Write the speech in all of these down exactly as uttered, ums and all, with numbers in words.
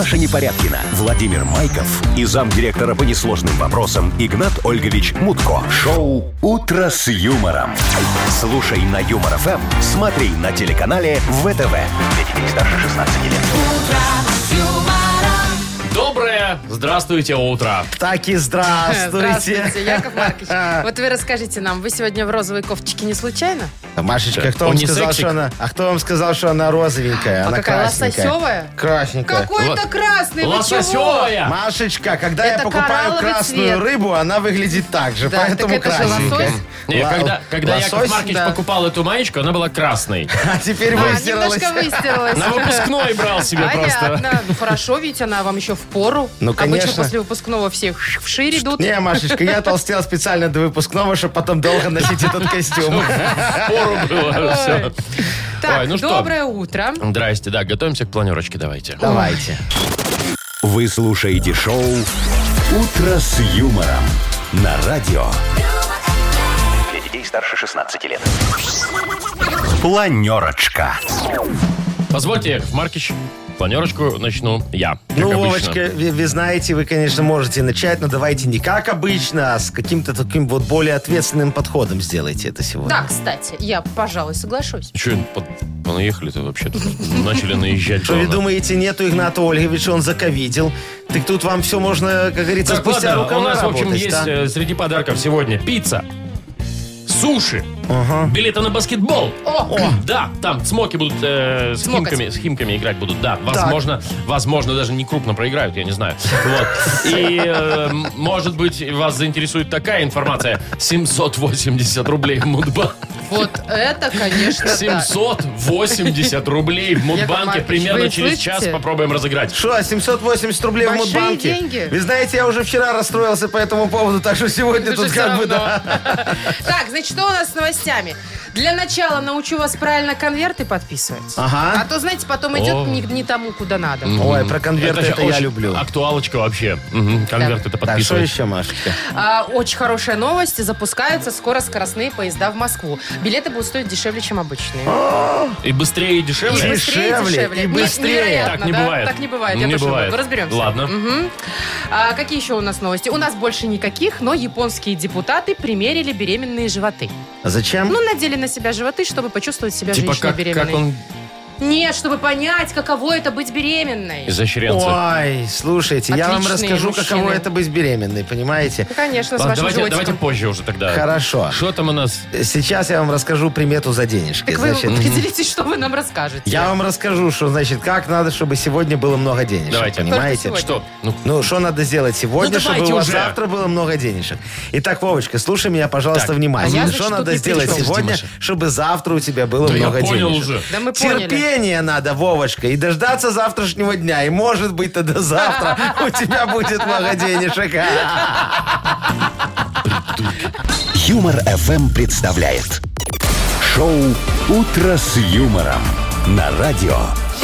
Маша Непорядкина, Владимир Майков и замдиректора по несложным вопросам Игнат Ольгович Мутко. Шоу «Утро с юмором». Слушай на Юмор ФМ, смотри на телеканале ВТВ. Для детей старше шестнадцати лет. Доброе, здравствуйте, утро. Так и здравствуйте. Здравствуйте, Яков Маркович. Вот вы расскажите нам, вы сегодня в розовой кофточке не случайно? Машечка, кто Он вам не сказал, сексик? что она... А кто вам сказал, что она розовенькая? А Она какая, красненькая. лососевая? Красненькая. Какой-то красный, вы чего? Лососевая. Машечка, когда я Это покупаю коралловый красную цвет. рыбу, она выглядит так же, Да, поэтому так это же красненькая. лосось. Не, Ла- когда, когда Яков лосось? Маркович Да. покупал эту маечку, она была красной. А теперь А, выстиралась. немножко выстиралась. На выпускной брал себе просто. Понятно. Ну хорошо, ведь она вам еще в пору. Ну, конечно. Обычно после выпускного все вширь идут. Не, Машечка, я толстел специально до выпускного, чтобы потом долго носить этот костюм. Пору было все. Так, Ой, ну что? доброе утро. Здрасте, да, готовимся к планерочке, давайте. Давайте. Вы слушаете шоу «Утро с юмором» на радио. Для детей старше шестнадцати лет. Планерочка. Позвольте, Яков Маркович, планерочку начну я, как Ну, обычно. Вовочка, вы, вы знаете, вы, конечно, можете начать, но давайте не как обычно, а с каким-то таким вот более ответственным подходом сделайте это сегодня. Да, кстати, я, пожалуй, соглашусь. Че, понаехали-то вообще? Начали наезжать. Что вы главное. думаете, нету Игната Ольговича, он заковидел? Так тут вам все можно, как говорится, Так, спустя ладно, рукава у нас, в общем, работать, есть да? э, среди подарков сегодня пицца, суши, Ага. билеты на баскетбол. О! Да, там смоки будут э, с, Смокать. химками, с химками играть будут, да. Возможно, возможно, даже не крупно проиграют, я не знаю. Вот. И, э, может быть, вас заинтересует такая информация. семьсот восемьдесят рублей в Мудбанке. Вот это, конечно, да. семьсот восемьдесят рублей в Мудбанке. Маркович, Примерно вы через слышите? час попробуем разыграть. Что, семьсот восемьдесят рублей Большие в Мудбанке? деньги. Вы знаете, я уже вчера расстроился по этому поводу, так что сегодня Уже тут всё как бы, равно. да. Так, значит, что у нас с новостями? Для начала научу вас правильно конверты подписывать. Ага. А то, знаете, потом идет О. не, не тому, куда надо. Ой, про конверты это, же я очень люблю. Актуалочка вообще. Мгм, конверт это Так, что подписывать. еще, Машечка? А, очень хорошая новость. Запускаются скоро скоростные поезда в Москву. Билеты будут стоить дешевле, чем обычные. И быстрее, и И дешевле? быстрее, Дешевле, дешевле. и Не- быстрее. невероятно, Так не да? бывает. Так не бывает, Не я тоже бывает. думаю. Разберемся. Ладно. Мгм. А, какие еще у нас новости? У нас больше никаких, но японские депутаты примерили беременные животы. А зачем? Ну, надели на себя животы, чтобы почувствовать себя Типа женщиной как, беременной. как он Нет, чтобы понять, каково это быть беременной. изощренца. Ой, слушайте, я вам Отличные расскажу, мужчины. каково это быть беременной, понимаете? Ну, конечно, с Ладно, вашим давайте, животиком. давайте позже уже тогда. Хорошо. Что там у нас? Сейчас я вам расскажу примету за денежки. Так вы Значит, определитесь, что вы нам расскажете. я вам расскажу, что, значит, как надо, чтобы сегодня было много денежек. Давайте. Понимаете? Только Что? Ну, Ну, что надо сделать сегодня, Ну, чтобы давайте у вас уже. завтра было много денежек? Итак, Вовочка, слушай меня, пожалуйста, Так. внимательно. А я, что значит, надо тут ни при сделать чем. сегодня, Маша. чтобы завтра у тебя было да я много понял денежек? уже. Да мы поняли. Терпение надо, Вовочка, и дождаться завтрашнего дня. И, может быть, тогда завтра у тебя будет много денежек. Юмор эф эм представляет шоу «Утро с юмором» на радио.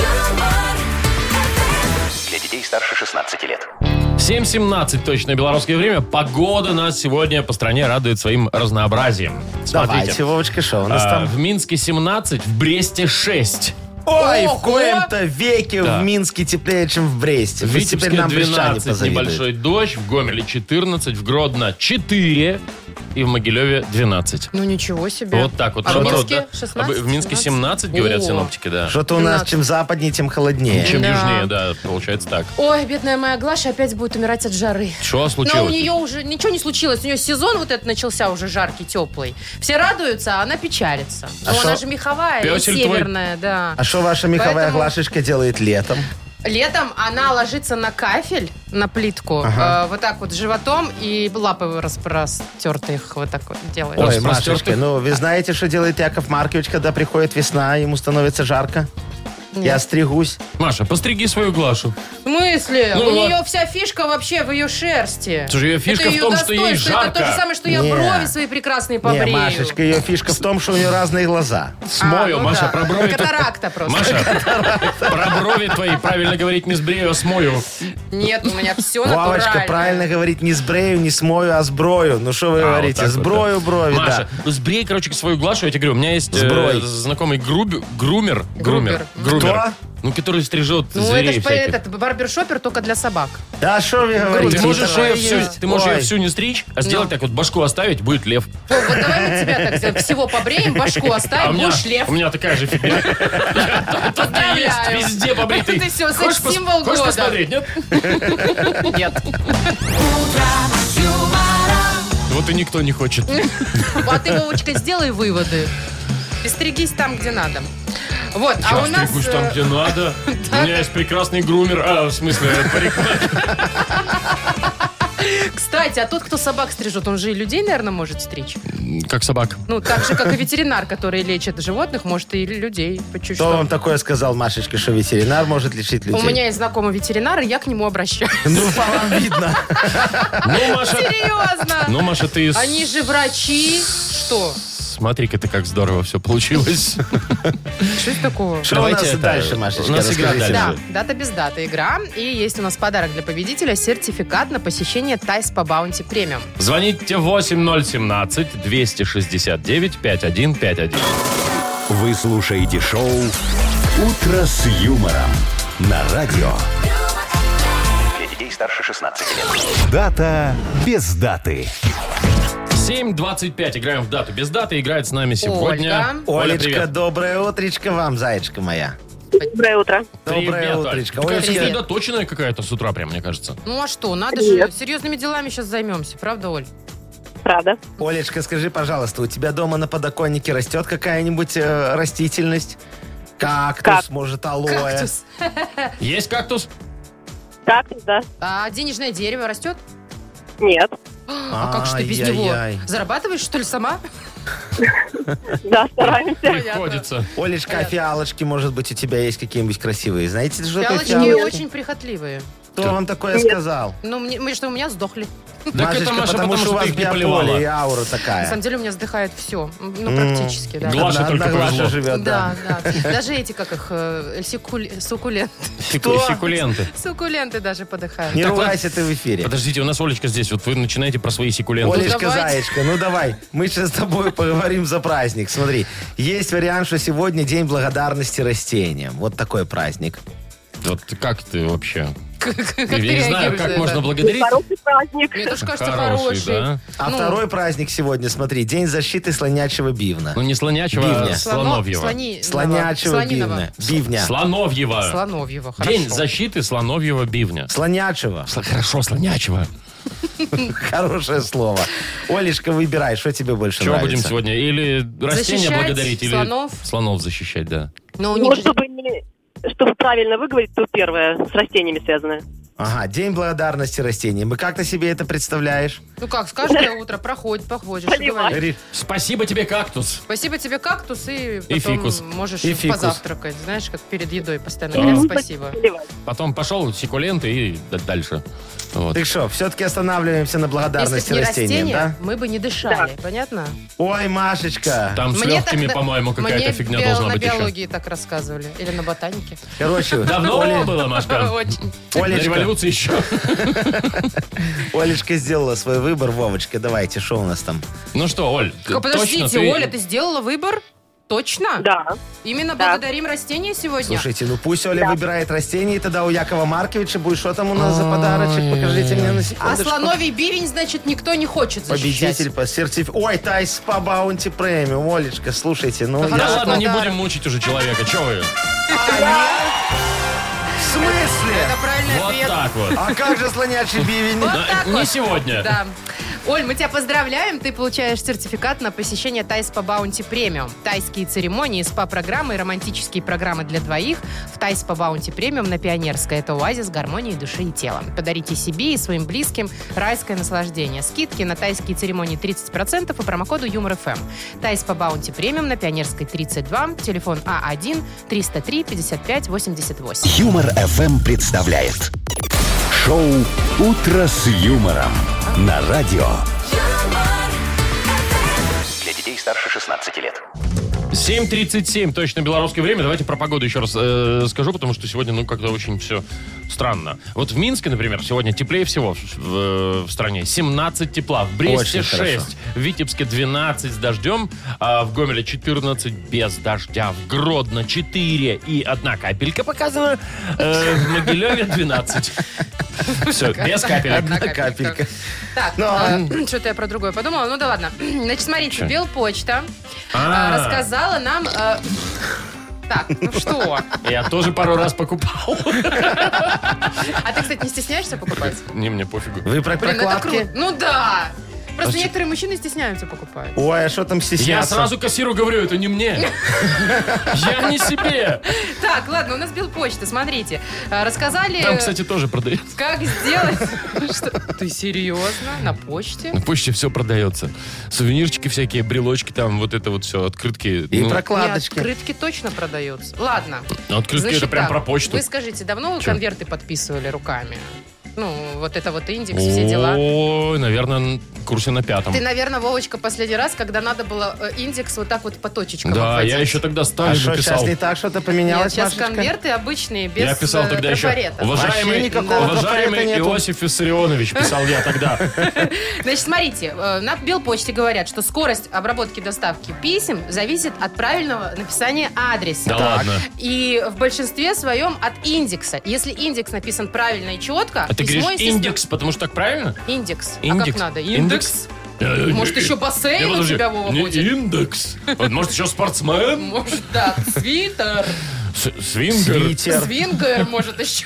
Для детей старше шестнадцати лет. семь семнадцать точное белорусское время. Погода нас сегодня по стране радует своим разнообразием. Давайте, Смотрите. Вовочка, что у нас А, там? в Минске семнадцать, в Бресте шесть. Ой, Ого! в коем-то веке Да. в Минске теплее, чем в Бресте. В Вы теперь Витебске нам брестчане двенадцать, позавидуют. небольшой дождь. В Гомеле четырнадцать, в Гродно четыре. И в Могилеве двенадцать. Ну, ничего себе. Вот так вот. А в наоборот, Минске да? шестнадцать? А в Минске семнадцать, говорят О. синоптики, да. Что-то у нас, двенадцать. чем западнее, тем холоднее. Чем Да. южнее, да, получается так. Ой, бедная моя Глаша опять будет умирать от жары. Что Но у случилось? нее уже ничего не случилось. У нее сезон вот этот начался уже жаркий, теплый. Все радуются, а она печалится. А Но она шо? же меховая и Пёсель твой? северная, да. А что ваша меховая Поэтому- Глашечка делает летом? Летом она ложится на кафель, на плитку, Ага. э, вот так вот животом, и лапы распростертые их вот так вот делает. Ой, Распростертых? Машечка, ну вы знаете, что делает Яков Маркович, когда приходит весна, ему становится жарко? Я стригусь. Маша, постриги свою Глашу. В смысле? Ну, У вот. нее вся фишка вообще в ее шерсти. Слушай, ее фишка Это в том, ее что ей достоинство. Это то же жарко. самое, что я Не. брови свои прекрасные побрею. Не, Машечка, ее фишка в том, что у нее разные глаза. Смою, А, ну Маша, да. про брови... Катаракта просто. Маша, про брови твои, правильно говорить, не сбрею, а смою. Нет, у меня все Вовочка, натурально. правильно говорить не сбрею, не смою, а сброю. Ну что вы А, вот говорите? так вот, Сброю да. брови, Маша, да. ну сбрей, короче, свою Глашу, я тебе говорю, у меня есть э, Сброй. знакомый груб- грумер. Грумер. Грубер. Грумер. Кто? Ну, который стрижет Ну, зверей это же всяких. этот барбершопер только для собак. Да что вы Ты говорите? можешь, такое ее всю, есть. ты можешь ее Ой. всю не стричь, а сделать Ну. так вот, башку оставить, будет лев. О, вот давай мы тебя так сделаем. Всего побреем, башку А у оставим, меня, будешь лев. у меня такая же фигня. Тут Поздравляю. есть, везде побритый. Ты всё, Хочешь пос- секс-символ Хочешь года. посмотреть, нет? Нет. Вот и никто не хочет. А ты, Вовочка, сделай выводы. И стригись там, где надо. Вот, а у Я нас... стригусь там, э, где надо. У меня есть прекрасный грумер. А, в смысле, парикмахер. Кстати, а тот, кто собак стрижет, он же и людей, наверное, может стричь. Как собак. Ну, так же, как и ветеринар, который лечит животных, может и людей. По чуть-чуть. Кто вам такое сказал, Машечка, что ветеринар может лечить людей? У меня есть знакомый ветеринар, и я к нему обращаюсь. Ну, по вам видно. Ну, Маша, Серьезно? ну, Маша, ты... с- Они же врачи. Что? Смотри-ка ты, как здорово все получилось. Что это такого? Что у Давайте нас это, дальше, Машечка? у нас игра расскажите. дальше. Да, дата без даты игра. И есть у нас подарок для победителя. Сертификат на посещение Тайс по Баунти премиум. Звоните восемь ноль семнадцать двести шестьдесят девять пятьдесят один пятьдесят один. Вы слушаете шоу «Утро с юмором» на радио. Для детей старше шестнадцати лет. Дата без даты. семь двадцать пять. Играем в дату без даты. Играет с нами сегодня... Ольга. Оля, Олечка, привет. доброе утречко вам, зайчка моя. Доброе утро. Доброе Привет, Оль. утречко. Такая Олечка, сосредоточенная какая-то с утра прям, мне кажется. Ну а что, надо Привет. же серьезными делами сейчас займемся, правда, Оль? Правда. Олечка, скажи, пожалуйста, у тебя дома на подоконнике растет какая-нибудь э, растительность? Кактус, Как? может, алоэ? Кактус. Есть кактус? Так, да. А денежное дерево растет? Нет. А как же ты без него? Ай-яй-яй. Зарабатываешь, что ли, сама? Да, стараемся. Приходится. Олечка, а фиалочки, может быть, у тебя есть какие-нибудь красивые? Знаете, что такое Фиалочки фиалочки? очень прихотливые. Кто вам такое Нет. сказал? Ну, мне, мы- что у меня сдохли. Так Машечка, это, Маша, потому, что у ты вас их не биополе и поливала. аура На такая. самом деле у меня сдыхает все. Ну, практически, да. Глаша Одна- только одна Глаша повезло. живет, да. Да, да. Даже эти, как их, э, секуль- суккуленты. Секу- Секуленты. Суккуленты даже подыхают. Не Так вот- ругайся ты в эфире. Подождите, у нас Олечка здесь. Вот вы начинаете про свои секуленты. Олечка, давайте. Заячка, ну давай, мы сейчас с тобой поговорим за праздник. Смотри, есть вариант, что сегодня День благодарности растениям. Вот такой праздник. Вот как ты вообще? Как ты Я не знаю, реагируешь на как это? можно благодарить. Хороший праздник. Мне тоже кажется, Хороший, хороший. да? А Ну, второй праздник сегодня, смотри, День защиты слонячего бивна. Ну, не слонячего, а Бивня. слоно- слоновьего. слони- Слонячего слониного. бивня. Бивня. Слоновьего. Слоновьего, День хорошо. защиты слоновьего бивня. Слонячего. Сло- Хорошо, слонячего. Хорошее слово. Олечка, выбирай, что тебе больше Чего нравится. будем сегодня? Или растения Защищать благодарить, или слонов? слонов защищать, да. Но у Ну, них же... чтобы, не- чтобы правильно выговорить, то первое с растениями связано. Ага, День благодарности растениям. И как ты себе это представляешь? Ну как, с каждое утро проходит, походишь и Поливать. говоришь. Спасибо тебе, кактус. Спасибо тебе, кактус, и потом И фикус. можешь И фикус. позавтракать. Знаешь, как перед едой постоянно говорят спасибо. Поливать. Потом пошел секуленты и д- дальше. Вот. Так что, все-таки останавливаемся на Если благодарности бы не растениям, растения, да? мы бы не дышали, понятно? Ой, Машечка. Там с Мне легкими, так- по-моему, какая-то мне фигня био- должна на быть еще. биологии так рассказывали. Или на ботанике. Короче, Давно Оля- было, Машка? Очень. На Олечка, революции еще. Олечка сделала свой выбор. Вовочка, давайте, что у нас там? Ну что, Оль, ты Подождите, точно ты- Оля, ты сделала выбор? Точно? Да. Именно Да. благодарим растения сегодня? Слушайте, ну пусть Оля выбирает растение, и тогда у Якова Марковича будет, что там у нас за подарочек? Покажите мне на А секундочку. слоновий бивень, значит, никто не хочет защищать. Победитель по сертиф... Ой, Тайс по Баунти премиум. Олечка, слушайте, ну... Да Да я- хорошо, ладно, не подарок. будем мучить уже человека. Че вы? В смысле? Это правильный Вот ответ. так вот. А как же слонячий бивень? Вот Да, так не вот. сегодня. Да. Оль, мы тебя поздравляем. Ты получаешь сертификат на посещение Тайс по Баунти премиум. Тайские церемонии, спа-программы и романтические программы для двоих в Тайс по Баунти премиум на Пионерской. Это оазис гармонии души и тела. Подарите себе и своим близким райское наслаждение. Скидки на тайские церемонии тридцать процентов по промокоду Юмор ФМ. Тайс по Баунти премиум на Пионерской тридцать два. Телефон А один триста три пятьдесят пять восемьдесят восемь. Юмор эф эм представляет шоу «Утро с юмором» на радио. Для детей старше шестнадцати лет. семь тридцать семь, точно белорусское время. Давайте про погоду еще раз э, скажу, потому что сегодня, ну, как-то очень все странно. Вот в Минске, например, сегодня теплее всего в, в, в стране. семнадцать тепла. В Бресте Очень хорошо. шесть. В Витебске двенадцать с дождем. А в Гомеле четырнадцать без дождя. В Гродно четыре и одна капелька показана. Э, в Могилеве двенадцать. Все, без капелек. Одна капелька. Так, Ну, а, что-то я про другое подумала. Ну да ладно. Значит, смотрите, Чё? Белпочта А. а, рассказала нам... а, Так, ну что? Я тоже пару раз покупал. А ты, кстати, не стесняешься покупать? Не, мне пофигу. Вы про Блин, это прокладки? круто. Ну да. Просто А чё? некоторые мужчины стесняются покупать. Ой, а что там Я стесняться? сразу кассиру говорю, это не мне. Я не себе. Так, ладно, у нас Белпочта, смотрите. А, Рассказали, Там, кстати, тоже продается. как сделать... Что? Ты серьезно? На почте? На почте все продается. Сувенирчики всякие, брелочки там, вот это вот все, открытки. И Ну, прокладочки. Нет, открытки точно продаются. Ладно. ну, открытки Значит это прям так, про почту. Вы скажите, давно вы Чё? конверты подписывали руками? Ну, вот это вот индекс, все дела. Ой, наверное, курсе на пятом. Ты, наверное, Вовочка, последний раз, когда надо было э, индекс вот так вот по точечкам Да, обводить. я еще тогда А Сталину что, писал. сейчас не так что-то Нет, поменялось, сейчас Машечка? конверты обычные, без Я писал э, тогда еще. трафарета. Уважаемый, Вообще никакого уважаемый трафарета нету. Иосиф Виссарионович, писал я тогда. Значит, смотрите, э, на Белпочте говорят, что скорость обработки доставки писем зависит от правильного написания адреса. Да ладно. И в большинстве своем от индекса. Если индекс написан правильно и четко, А ты письмо, говоришь естественно, индекс, потому что так правильно? Индекс. А Индекс. как надо? Индекс? Индекс? Может, еще бассейн Не, у подожди, тебя, Вова, не будет? индекс. Вот, может, еще спортсмен? Может, да, свитер, С- Свингер? Свитер. свингер, может, еще.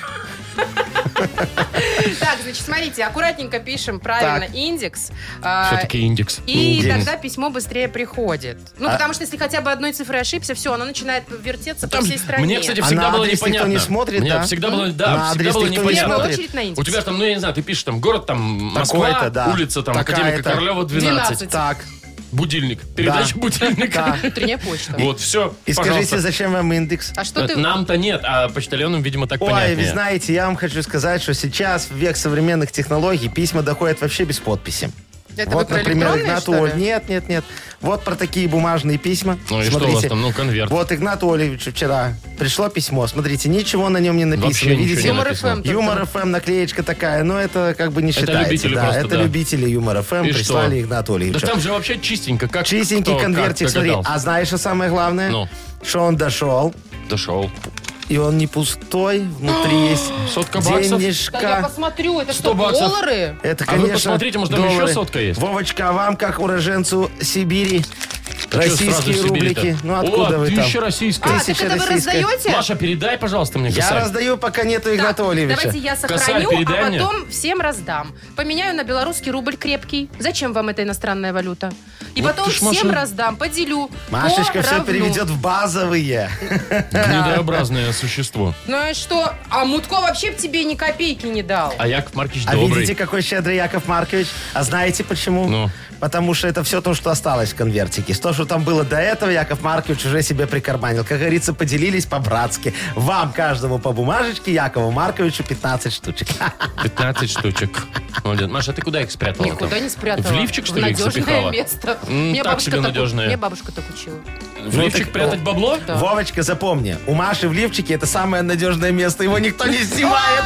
Так, значит, смотрите, аккуратненько пишем правильно Так. индекс. а, Все-таки индекс. И Индекс. тогда письмо быстрее приходит. Ну, А- потому что если хотя бы одной цифрой ошибся, все, оно начинает вертеться по всей стране. Мне, кстати, А всегда на было адрес никто непонятно. не смотрит, Мне да? всегда было, да, На всегда адрес было никто не непонятно. смотрит. Очередь на индекс. У тебя же там, ну, я не знаю, ты пишешь там город, там Москва, Такой-то, да. улица, там Такая-то. Академика Королева, двенадцать. двенадцать. Так, Будильник. Передача Да. будильника. Утренняя почта. Вот, все, и скажите, зачем вам индекс? А что ты... Нам-то нет, а почтальонам, видимо, так Ой, понятнее. вы знаете, я вам хочу сказать, что сейчас, в век современных технологий, письма доходят вообще без подписи. Это вы Вот, про например, электронные, Игнату что ли? Оль- Нет, нет, нет. Вот про такие бумажные письма. Ну и что у вас там, ну, конверт? Вот Игнату Олевичу вчера пришло письмо. Смотрите, ничего на нем не написано. Вообще ничего Видите? не Юмор написано. ФМ. Юмор ФМ, наклеечка такая, но это как бы не Это считается. любители да, просто, это да. любители Юмор ФМ И прислали что? Игнату Да Олевичу. там же вообще чистенько, как Чистенький кто, конвертик, как смотри. догадался. А знаешь, что самое главное? Ну. Что он дошел, Дошел. и он не пустой, внутри есть Сотка баксов? Да я денежка. посмотрю, это сто что, баксов. доллары? Это, А вы конечно, посмотрите, может, там еще доллары. сотка есть? Вовочка, а вам, как уроженцу Сибири, А чё сразу в российские Сибири-то? рублики? Ну, откуда О, вы там? тысяча российская. А, так Тысяча это вы российская. раздаете? Маша, передай, пожалуйста, мне Я косарь. раздаю, пока нету Игната Так, Олевича. давайте я Косарь сохраню, передай а мне. потом всем раздам. Поменяю на белорусский рубль крепкий. Зачем вам эта иностранная валюта? И Вот потом ты ж, всем Маша. раздам, поделю. Машечка все поравну. переведет в базовые. Гнидообразное существо. Ну и что? А Мутко вообще б тебе ни копейки не дал. А Яков Маркович А добрый. видите, какой щедрый Яков Маркович? А знаете почему? Ну. Потому что это все то, что осталось в конвертике. То, что там было до этого, Яков Маркович уже себе прикарманил. Как говорится, поделились по-братски. Вам каждому по бумажечке, Якову Марковичу пятнадцать штучек. пятнадцать штучек. Молодец. Маша, ты куда их спрятала? Никуда там? не спрятала. В лифчик, что В ли, их надежное запихала? место. М, Мне так бабушка себе так- надежное. Мне бабушка так учила. В Ну, лифчик так- прятать бабло? Вовочка, запомни, у Маши в лифчике это самое надежное место. Его никто не снимает.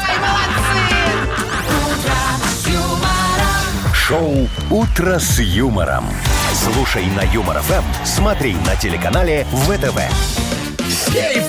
Шоу «Утро с юмором». Слушай на Юмор ФМ, смотри на телеканале ВТВ. Сейф!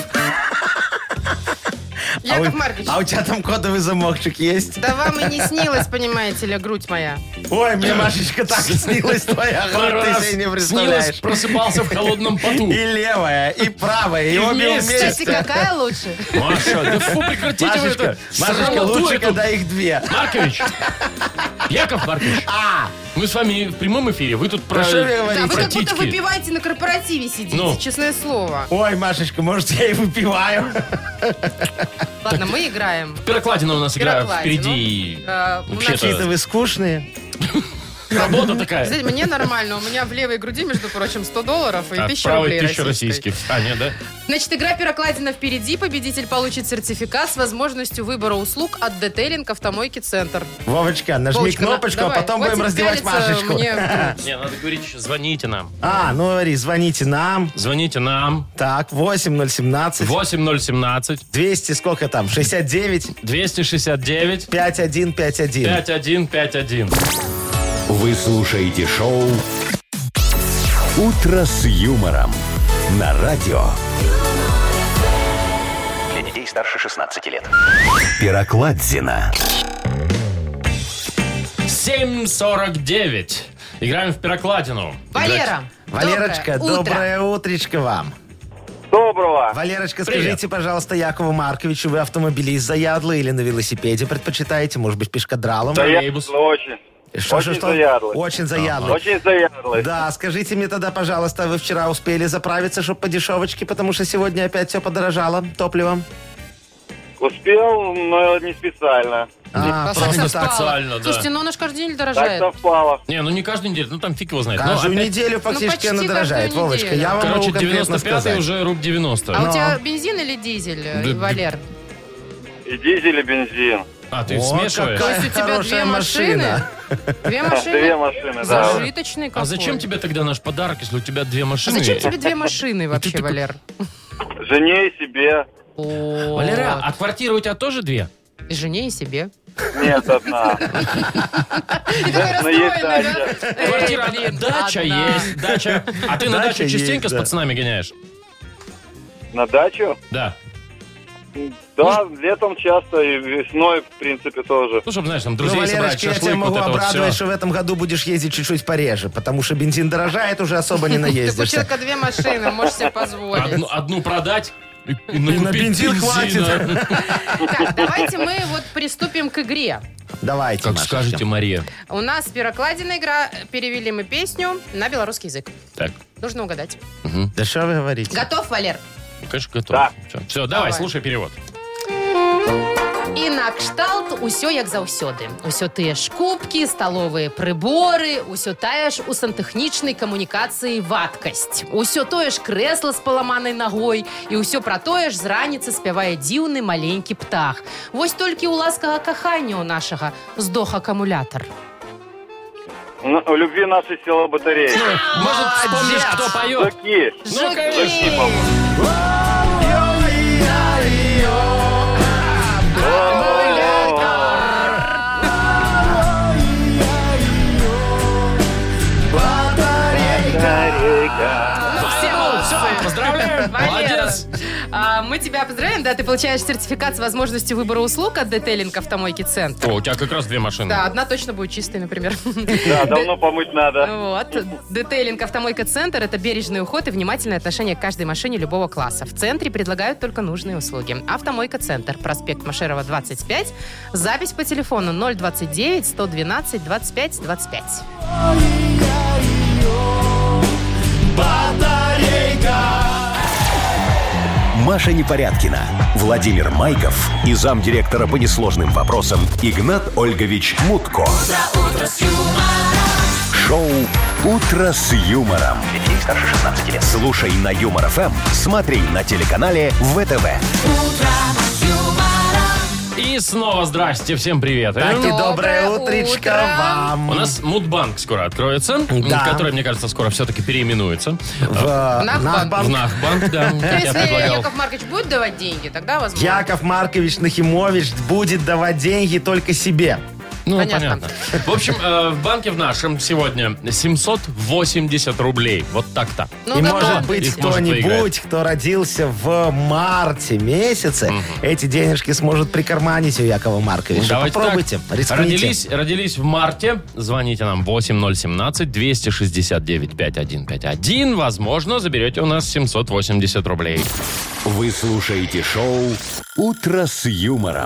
А Яков у- Маркович, А у тебя там кодовый замочек есть? да вам и не снилось, понимаете ли, грудь моя. Ой, мне, Машечка, так снилась твоя Пару грудь, раз ты себе не снилось, представляешь. просыпался в холодном поту. И левая, и правая, и, И обе вместе. Кстати, вместе. какая лучше? Маша, да фу, прекратите вы Машечка, это. Машечка, срамоту лучше, эту. когда их две. Маркович, Яков Маркович, А, мы с вами в прямом эфире, вы тут про, Про что вы Да говорите? вы про как будто титьки. выпиваете на корпоративе сидите, Ну. честное слово. ой, Машечка, может, я и выпиваю. Ладно, мы играем. Пирокладина у нас игра Пирокладину. впереди. Э, у нас Вообще-то- Какие-то вы скучные. Работа такая. Знаете, мне нормально. У меня в левой груди, между прочим, сто долларов и А тысяча правой рублей тысяча российской. российских. А, нет, да? Значит, игра «Пирокладина» впереди. Победитель получит сертификат с возможностью выбора услуг от детейлинг «Автомойки Центр». Вовочка, нажми Вовочка, кнопочку, на- а потом давай, будем хватит раздевать пялиться Машечку. мне в грудь. Не, надо говорить еще, звоните нам. А, ну говори, звоните нам. Звоните нам. Так, восемь ноль семнадцать восемь ноль семнадцать двести, сколько там, шестьдесят девять двести шестьдесят девять пятьдесят один пятьдесят один. пятьдесят один пятьдесят один. Вы слушаете шоу «Утро с юмором» на радио. Для детей старше шестнадцати лет. Пирокладзина. семь сорок девять. Играем в пирокладину. Валера, Валерочка, доброе утро. доброе утречко вам. Доброго. Валерочка, Привет. скажите, пожалуйста, Якову Марковичу, вы автомобилист заядлый или на велосипеде предпочитаете? Может быть, пешкадралом? Троллейбус. Заядлый очень. Что, очень что, что? заядлый. Очень заядлый. Очень заядлый. Да, скажите мне тогда, пожалуйста, вы вчера успели заправиться, чтобы по дешевочке, потому что сегодня опять все подорожало топливом? Успел, но не специально. А, А просто как так. специально, да. Слушайте, ну оно ж каждый день Так дорожает. совпало. Не, ну не каждую неделю, ну там фиг его знает. Ну, Каждую опять- неделю фактически почти она дорожает, каждую Вовочка. неделю. Я вам Короче, могу конкретно девяносто пятый сказать. уже руб девяносто. А Но. у тебя бензин или дизель, э, Да, Валер? И дизель, и бензин. А, ты О, смешиваешь? какая То есть у тебя хорошая две машины? машина. Две машины? Две машины, да. Зажиточный какой. А зачем тебе тогда наш подарок, если у тебя две А машины? зачем тебе две машины вообще, такой- Валер? Жене и себе. О, Валера, а квартиры у тебя тоже две? и жене, и себе. Нет, одна. И такой Но есть расстроенный, дача. да? Эй, Квартира, блин, дача одна. есть, дача. А ты на Дача дачу есть, частенько с да. пацанами гоняешь? На дачу? Да. Да, летом часто и весной, в принципе, тоже. Ну, чтобы, знаешь, там Ну, друзей собрать, Валерочка, я тебя шашлык, могу вот это вот обрадовать, все. что в этом году будешь ездить чуть-чуть пореже, потому что бензин дорожает, уже особо не Так у наездишься. человека две машины, можешь себе позволить. Одну, одну продать и, и на накупить бензин бензина. Так, давайте мы вот приступим к игре. Давайте, Как Машечка. скажете, Мария. У нас пирокладина игра. Перевели мы песню на белорусский язык. Так, Нужно угадать. Да что вы говорите? Готов, Валер? конечно, готов. Да. Все, давай, Давай. слушай перевод. І на кшталт усё як заўсёды. Усё тыя ж кубкі, сталовыя прыборы, усё тая ж у сантэхнічнай камунікацыі вадкасць. Усё тое ж крэсла з паламанай нагой і ўсё пра тое ж з раніцы спявае дзіўны маленькі птах. Вось толькі ў ласкага кахання у нашага здох акумулятор. Ну, у любви нашей села батареи. Может, вспомнишь, кто поет? Жуки. Ну, конечно. Поздравляем, Валера, молодец. а, мы тебя поздравляем, да, ты получаешь сертификат с возможностью выбора услуг от детейлинг «Автомойки Центр». О, у тебя как раз две машины. Да, одна точно будет чистой, например. Да, давно помыть надо. Вот. Детейлинг «Автомойка Центр» — это бережный уход и внимательное отношение к каждой машине любого класса. В центре предлагают только нужные услуги. «Автомойка Центр», проспект Машерова, двадцать пять. Запись по телефону ноль двадцать девять сто двенадцать двадцать пять двадцать пять. Маша Непорядкина, Владимир Майков и замдиректора по несложным вопросам Игнат Ольгович Мутко. Шоу «Утро с юмором». Для детей старше шестнадцати лет. Слушай на Юмор ФМ, смотри на телеканале ВТВ. И снова здрасте, всем привет. Так и Э, доброе Доброе утречко утро. вам. У нас Мудбанк скоро откроется, Да. который, мне кажется, скоро все-таки переименуется. В Нахбанк. Нахбанк. В Нахбанк, да, как я Если предлагал. Яков Маркович будет давать деньги, тогда возможно. Яков Маркович Нахимович будет давать деньги только себе. Ну, Понятно. понятно. В общем, э, в банке в нашем сегодня семьсот восемьдесят рублей. Вот так-то. Ну, И готов. может быть Их может кто-нибудь, выиграть. кто родился в марте месяце, эти денежки сможет прикарманить у Якова Марковича. Давайте Попробуйте, так. рискните. Родились, родились в марте. Звоните нам восемь ноль семнадцать двести шестьдесят девять пятьдесят один пятьдесят один. Возможно, заберете у нас семьсот восемьдесят рублей. Вы слушаете шоу «Утро с юмором».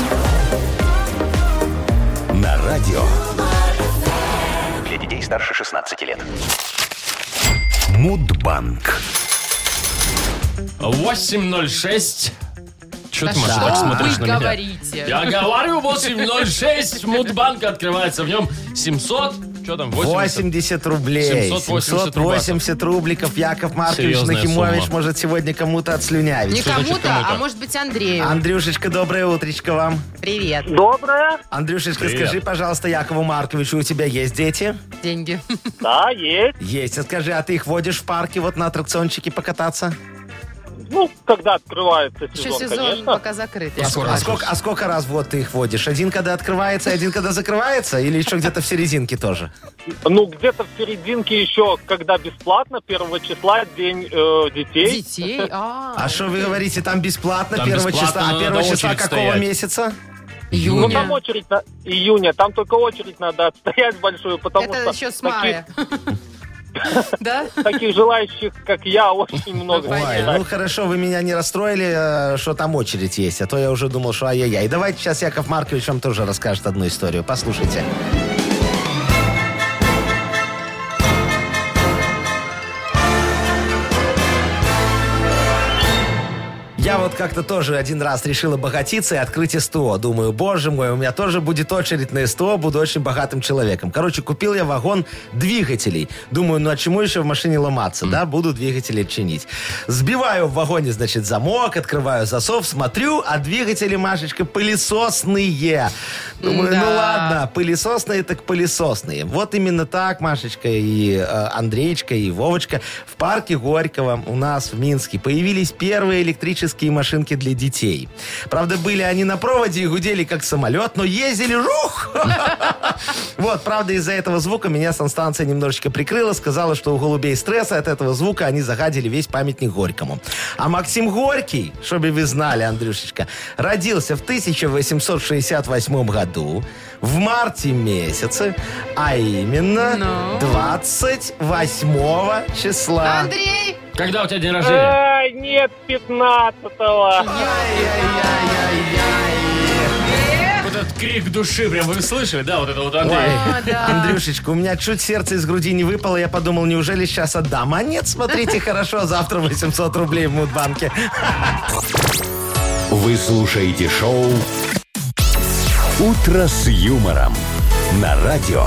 На радио. Для детей старше шестнадцати лет. Мудбанк. восемь ноль шесть. Че Да ты, Маша, что так вы смотришь на меня? говорите? Я говорю, восемь ноль шесть. Мудбанк открывается. В нем семьсот Что там? восемьдесят? восемьдесят рублей. семьсот восемьдесят семьсот восемьдесят рубликов Яков Маркович Серьезная Нахимович сумма. может сегодня кому-то отслюнявить. Не Что значит кому-то, кому-то? а может быть Андрею. Андрюшечка, доброе утречко вам. Привет. Доброе. Андрюшечка, Привет. скажи, пожалуйста, Якову Марковичу, у тебя есть дети? Деньги. Да, есть. Есть. А скажи, а ты их водишь в парке вот на аттракциончике покататься? Ну, когда открывается Еще сезон, сезон конечно. пока закрыт. А, Яков сколько, а, Маркович. сколько, а сколько раз вот ты их водишь? Один, когда открывается, один, когда закрывается? Или еще где-то в серединке тоже? Ну, где-то в серединке еще, когда бесплатно, первого числа, день э, детей. Детей? А, А что вы говорите, там бесплатно Там первого бесплатно, числа? А но первого надо числа очередь какого стоять. месяца? Ну, там июня. очередь на июня, там только очередь надо отстоять большую, потому Это что еще с таких, мая. Да? таких желающих, как я, очень много. Ой, Понятно. ну хорошо, вы меня не расстроили, э, что там очередь есть, а то я уже думал, что ай-яй-яй. Давайте сейчас Яков Маркович вам тоже расскажет одну историю. Послушайте. Я вот как-то тоже один раз решил обогатиться и открыть СТО. Думаю, боже мой, у меня тоже будет очередь на СТО, буду очень богатым человеком. Короче, купил я вагон двигателей. Думаю, ну а чему еще в машине ломаться, да? Буду двигатели чинить. Сбиваю в вагоне, значит, замок, открываю засов, смотрю, а двигатели, Машечка, пылесосные. Думаю, Да. ну ладно, пылесосные так пылесосные. Вот именно так, Машечка, и э, Андрейчка, и Вовочка. В парке Горького у нас в Минске появились первые электрические машинки для детей. Правда, были они на проводе и гудели как самолет, но ездили жух! Вот, правда, из-за этого звука меня санстанция немножечко прикрыла, сказала, что у голубей стресса от этого звука они загадили весь памятник Горькому. А Максим Горький, чтобы вы знали, Андрюшечка, родился в тысяча восемьсот шестьдесят восьмом году, в марте месяце, а именно Ну? двадцать восьмого числа. Андрей! Когда у тебя день рождения? Ай, нет, пятнадцатого. Вот этот крик души, прям вы слышали, да, вот это вот Андрей? Ой, А, да. Андрюшечка, у меня чуть сердце из груди не выпало, я подумал, неужели сейчас отдам? А нет, смотрите, хорошо, завтра восемьсот рублей в Мудбанке. Вы слушаете шоу «Утро с юмором» на радио.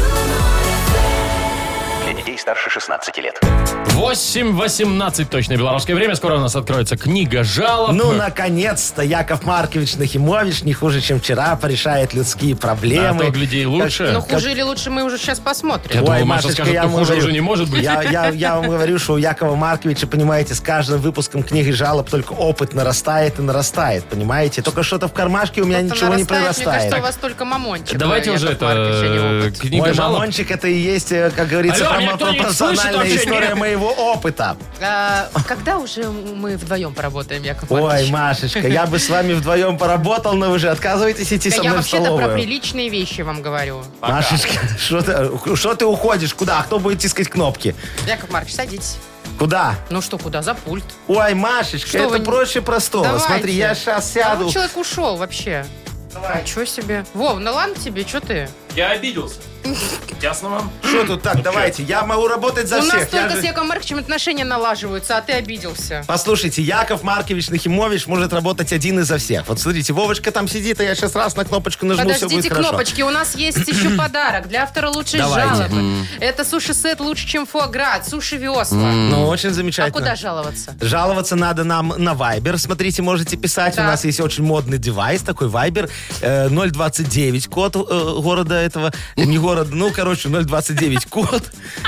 Для детей старше шестнадцати лет. восемь восемнадцать точное белорусское время. Скоро у нас откроется книга жалоб. Ну, наконец-то Яков Маркович Нахимович не хуже, чем вчера, порешает людские проблемы. А то, гляди, и лучше. Ну, хуже или лучше мы уже сейчас Я посмотрим. думал, Ой, Маша Машечка, скажет, я ну, вам хуже говорю, уже не может быть. Я, я, я вам говорю, что у Якова Марковича, понимаете, с каждым выпуском книги жалоб только опыт нарастает и нарастает, понимаете? Только что-то в кармашке у меня Кто-то ничего не нарастает, Мне кажется, прирастает. у вас только мамончик. Давайте Яков уже это Маркович, а не э, опыт. книга Мой жалоб. мамончик, это и есть, э, как говорится, Алло, промо- никто не слышит пропорциональная вообще, история нет? моего опыта. А, когда уже мы вдвоем поработаем, Яков Ой, Маркович? Машечка, я бы с вами вдвоем поработал, но вы же отказываетесь идти Да со я мной в вообще-то про столовую. приличные вещи вам говорю. Машечка, что ты, что ты уходишь? Куда? Кто будет тискать кнопки? Яков Маркович, садитесь. Куда? Ну что, куда? За пульт. Ой, Машечка, Что это вы не- проще простого. Давайте. Смотри, я сейчас А сяду. вот человек ушел вообще. Давай. Ничего себе. Вов, ну ладно тебе, что ты? Я обиделся. Ясно вам? Что тут так? Давайте, я могу работать за У нас всех. Я только же- с Яковом Марковичем отношения налаживаются, а ты обиделся. Послушайте, Яков Маркович Нахимович может работать один изо всех. Вот смотрите, Вовочка там сидит, а я сейчас раз на кнопочку нажму, все будет Подождите хорошо. кнопочки, у нас есть еще подарок для автора лучшей Давайте. жалобы. Это суши-сет лучше, чем фуагра, суши весла. Ну, очень А замечательно. куда жаловаться? Жаловаться надо нам на Viber. Смотрите, можете писать. Так. У нас есть очень модный девайс, такой Viber. э, ноль двадцать девять код э, города этого. Не города, ну, короче, ноль двадцать девять код.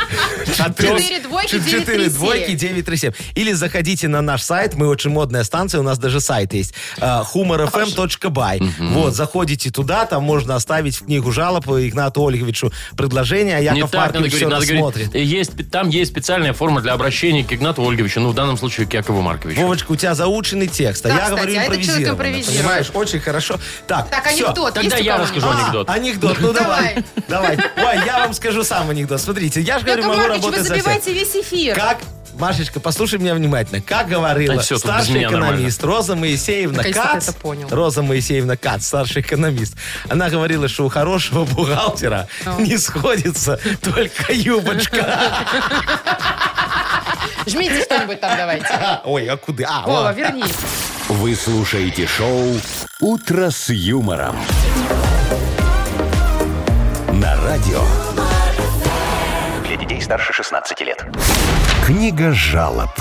Четыре двойки, девять три четыре двойки, семь. девять три семь. Или заходите на наш сайт. Мы очень модная станция. У нас даже сайт есть. humor эф эм точка бай. Вот, заходите туда. Там можно оставить в книгу жалоб Игнату Ольговичу предложение. А Не Яков так надо Маркович все говорить, надо рассмотрит. говорить. Есть, там есть специальная форма для обращения к Игнату Ольговичу, ну, в данном случае к Якову Марковичу. Вовочка, у тебя заученный текст, а Да, я кстати, говорю а этот человек импровизированно. импровизирует. Понимаешь, очень хорошо. Так, Так, всё. анекдот Тогда есть у я кого-нибудь? расскажу А, анекдот. анекдот, ну давай. Давай. Давай. Ой, я вам скажу сам анекдот. Смотрите, я же говорю, Яков могу Маркович, вы работать за всех. забиваете весь эфир. Как? Машечка, послушай меня внимательно. Как говорила Да всё, тут без старший меня экономист Роза Моисеевна Наконец-то ты Кац, это понял. Роза Моисеевна Кац, старший экономист, она говорила, что у хорошего бухгалтера Ну. не сходится только юбочка. Жмите что-нибудь там давайте. Ой, а куда? А, Вова, ладно. вернись. Вы слушаете шоу «Утро с юмором» на радио. детей старше шестнадцати лет. Книга жалоб.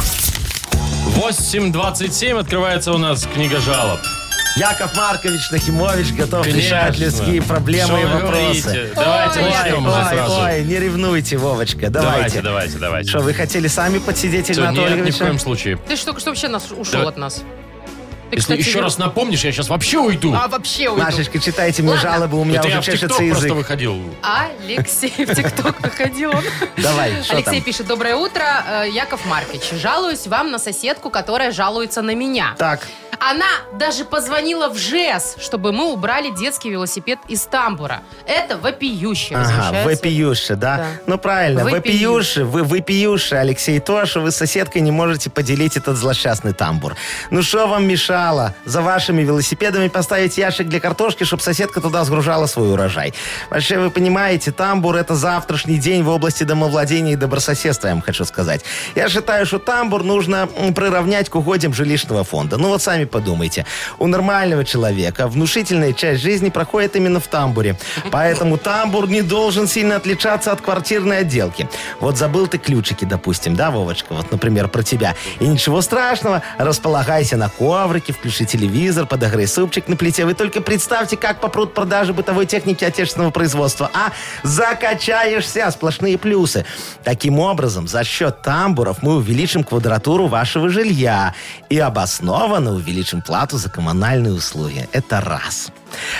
восемь двадцать семь открывается у нас книга жалоб. Яков Маркович Нахимович готов Конечно. решать людские проблемы Что и вы вопросы. говорите? Давайте Ой, начнем ой, уже сразу. ой, не ревнуйте, Вовочка, Давайте, давайте. давайте, давайте. Что, вы хотели сами подсидеть, Всё, Игната нет, ни в Ольговича? коем случае. Ты что, только что вообще нас ушел Да. от нас? Ты, Если кстати, еще не- раз напомнишь, я сейчас вообще уйду. А вообще уйду. Машечка, читайте мне Ладно. жалобы, у меня Это уже я в ТикТок чешется просто язык. выходил. Алексей в ТикТок выходил. Давай, что Алексей там? пишет: доброе утро, э, Яков Маркович. Жалуюсь вам на соседку, которая жалуется на меня. Так, Она даже позвонила в ЖЭС, чтобы мы убрали детский велосипед из тамбура. Это вопиюще. ага, возмущается. вопиюще, да? Да. Ну, правильно, Вопиюще. вопиюще, вы вопиюще, Алексей, то, что вы с соседкой не можете поделить этот злосчастный тамбур. Ну, что вам мешало за вашими велосипедами поставить ящик для картошки, чтобы соседка туда сгружала свой урожай? Вообще, вы понимаете, тамбур — это завтрашний день в области домовладения и добрососедства, я вам хочу сказать. Я считаю, что тамбур нужно м, приравнять к угодьям жилищного фонда. Ну, вот сами подумайте. У нормального человека внушительная часть жизни проходит именно в тамбуре. Поэтому тамбур не должен сильно отличаться от квартирной отделки. Вот забыл ты ключики, допустим, да, Вовочка? Вот, например, про тебя. И ничего страшного, располагайся на коврике, включи телевизор, подогрей супчик на плите. Вы только представьте, как попрут продажи бытовой техники отечественного производства. А закачаешься, сплошные плюсы. Таким образом, за счет тамбуров мы увеличим квадратуру вашего жилья и обоснованно увеличим плату за коммунальные услуги. Это раз.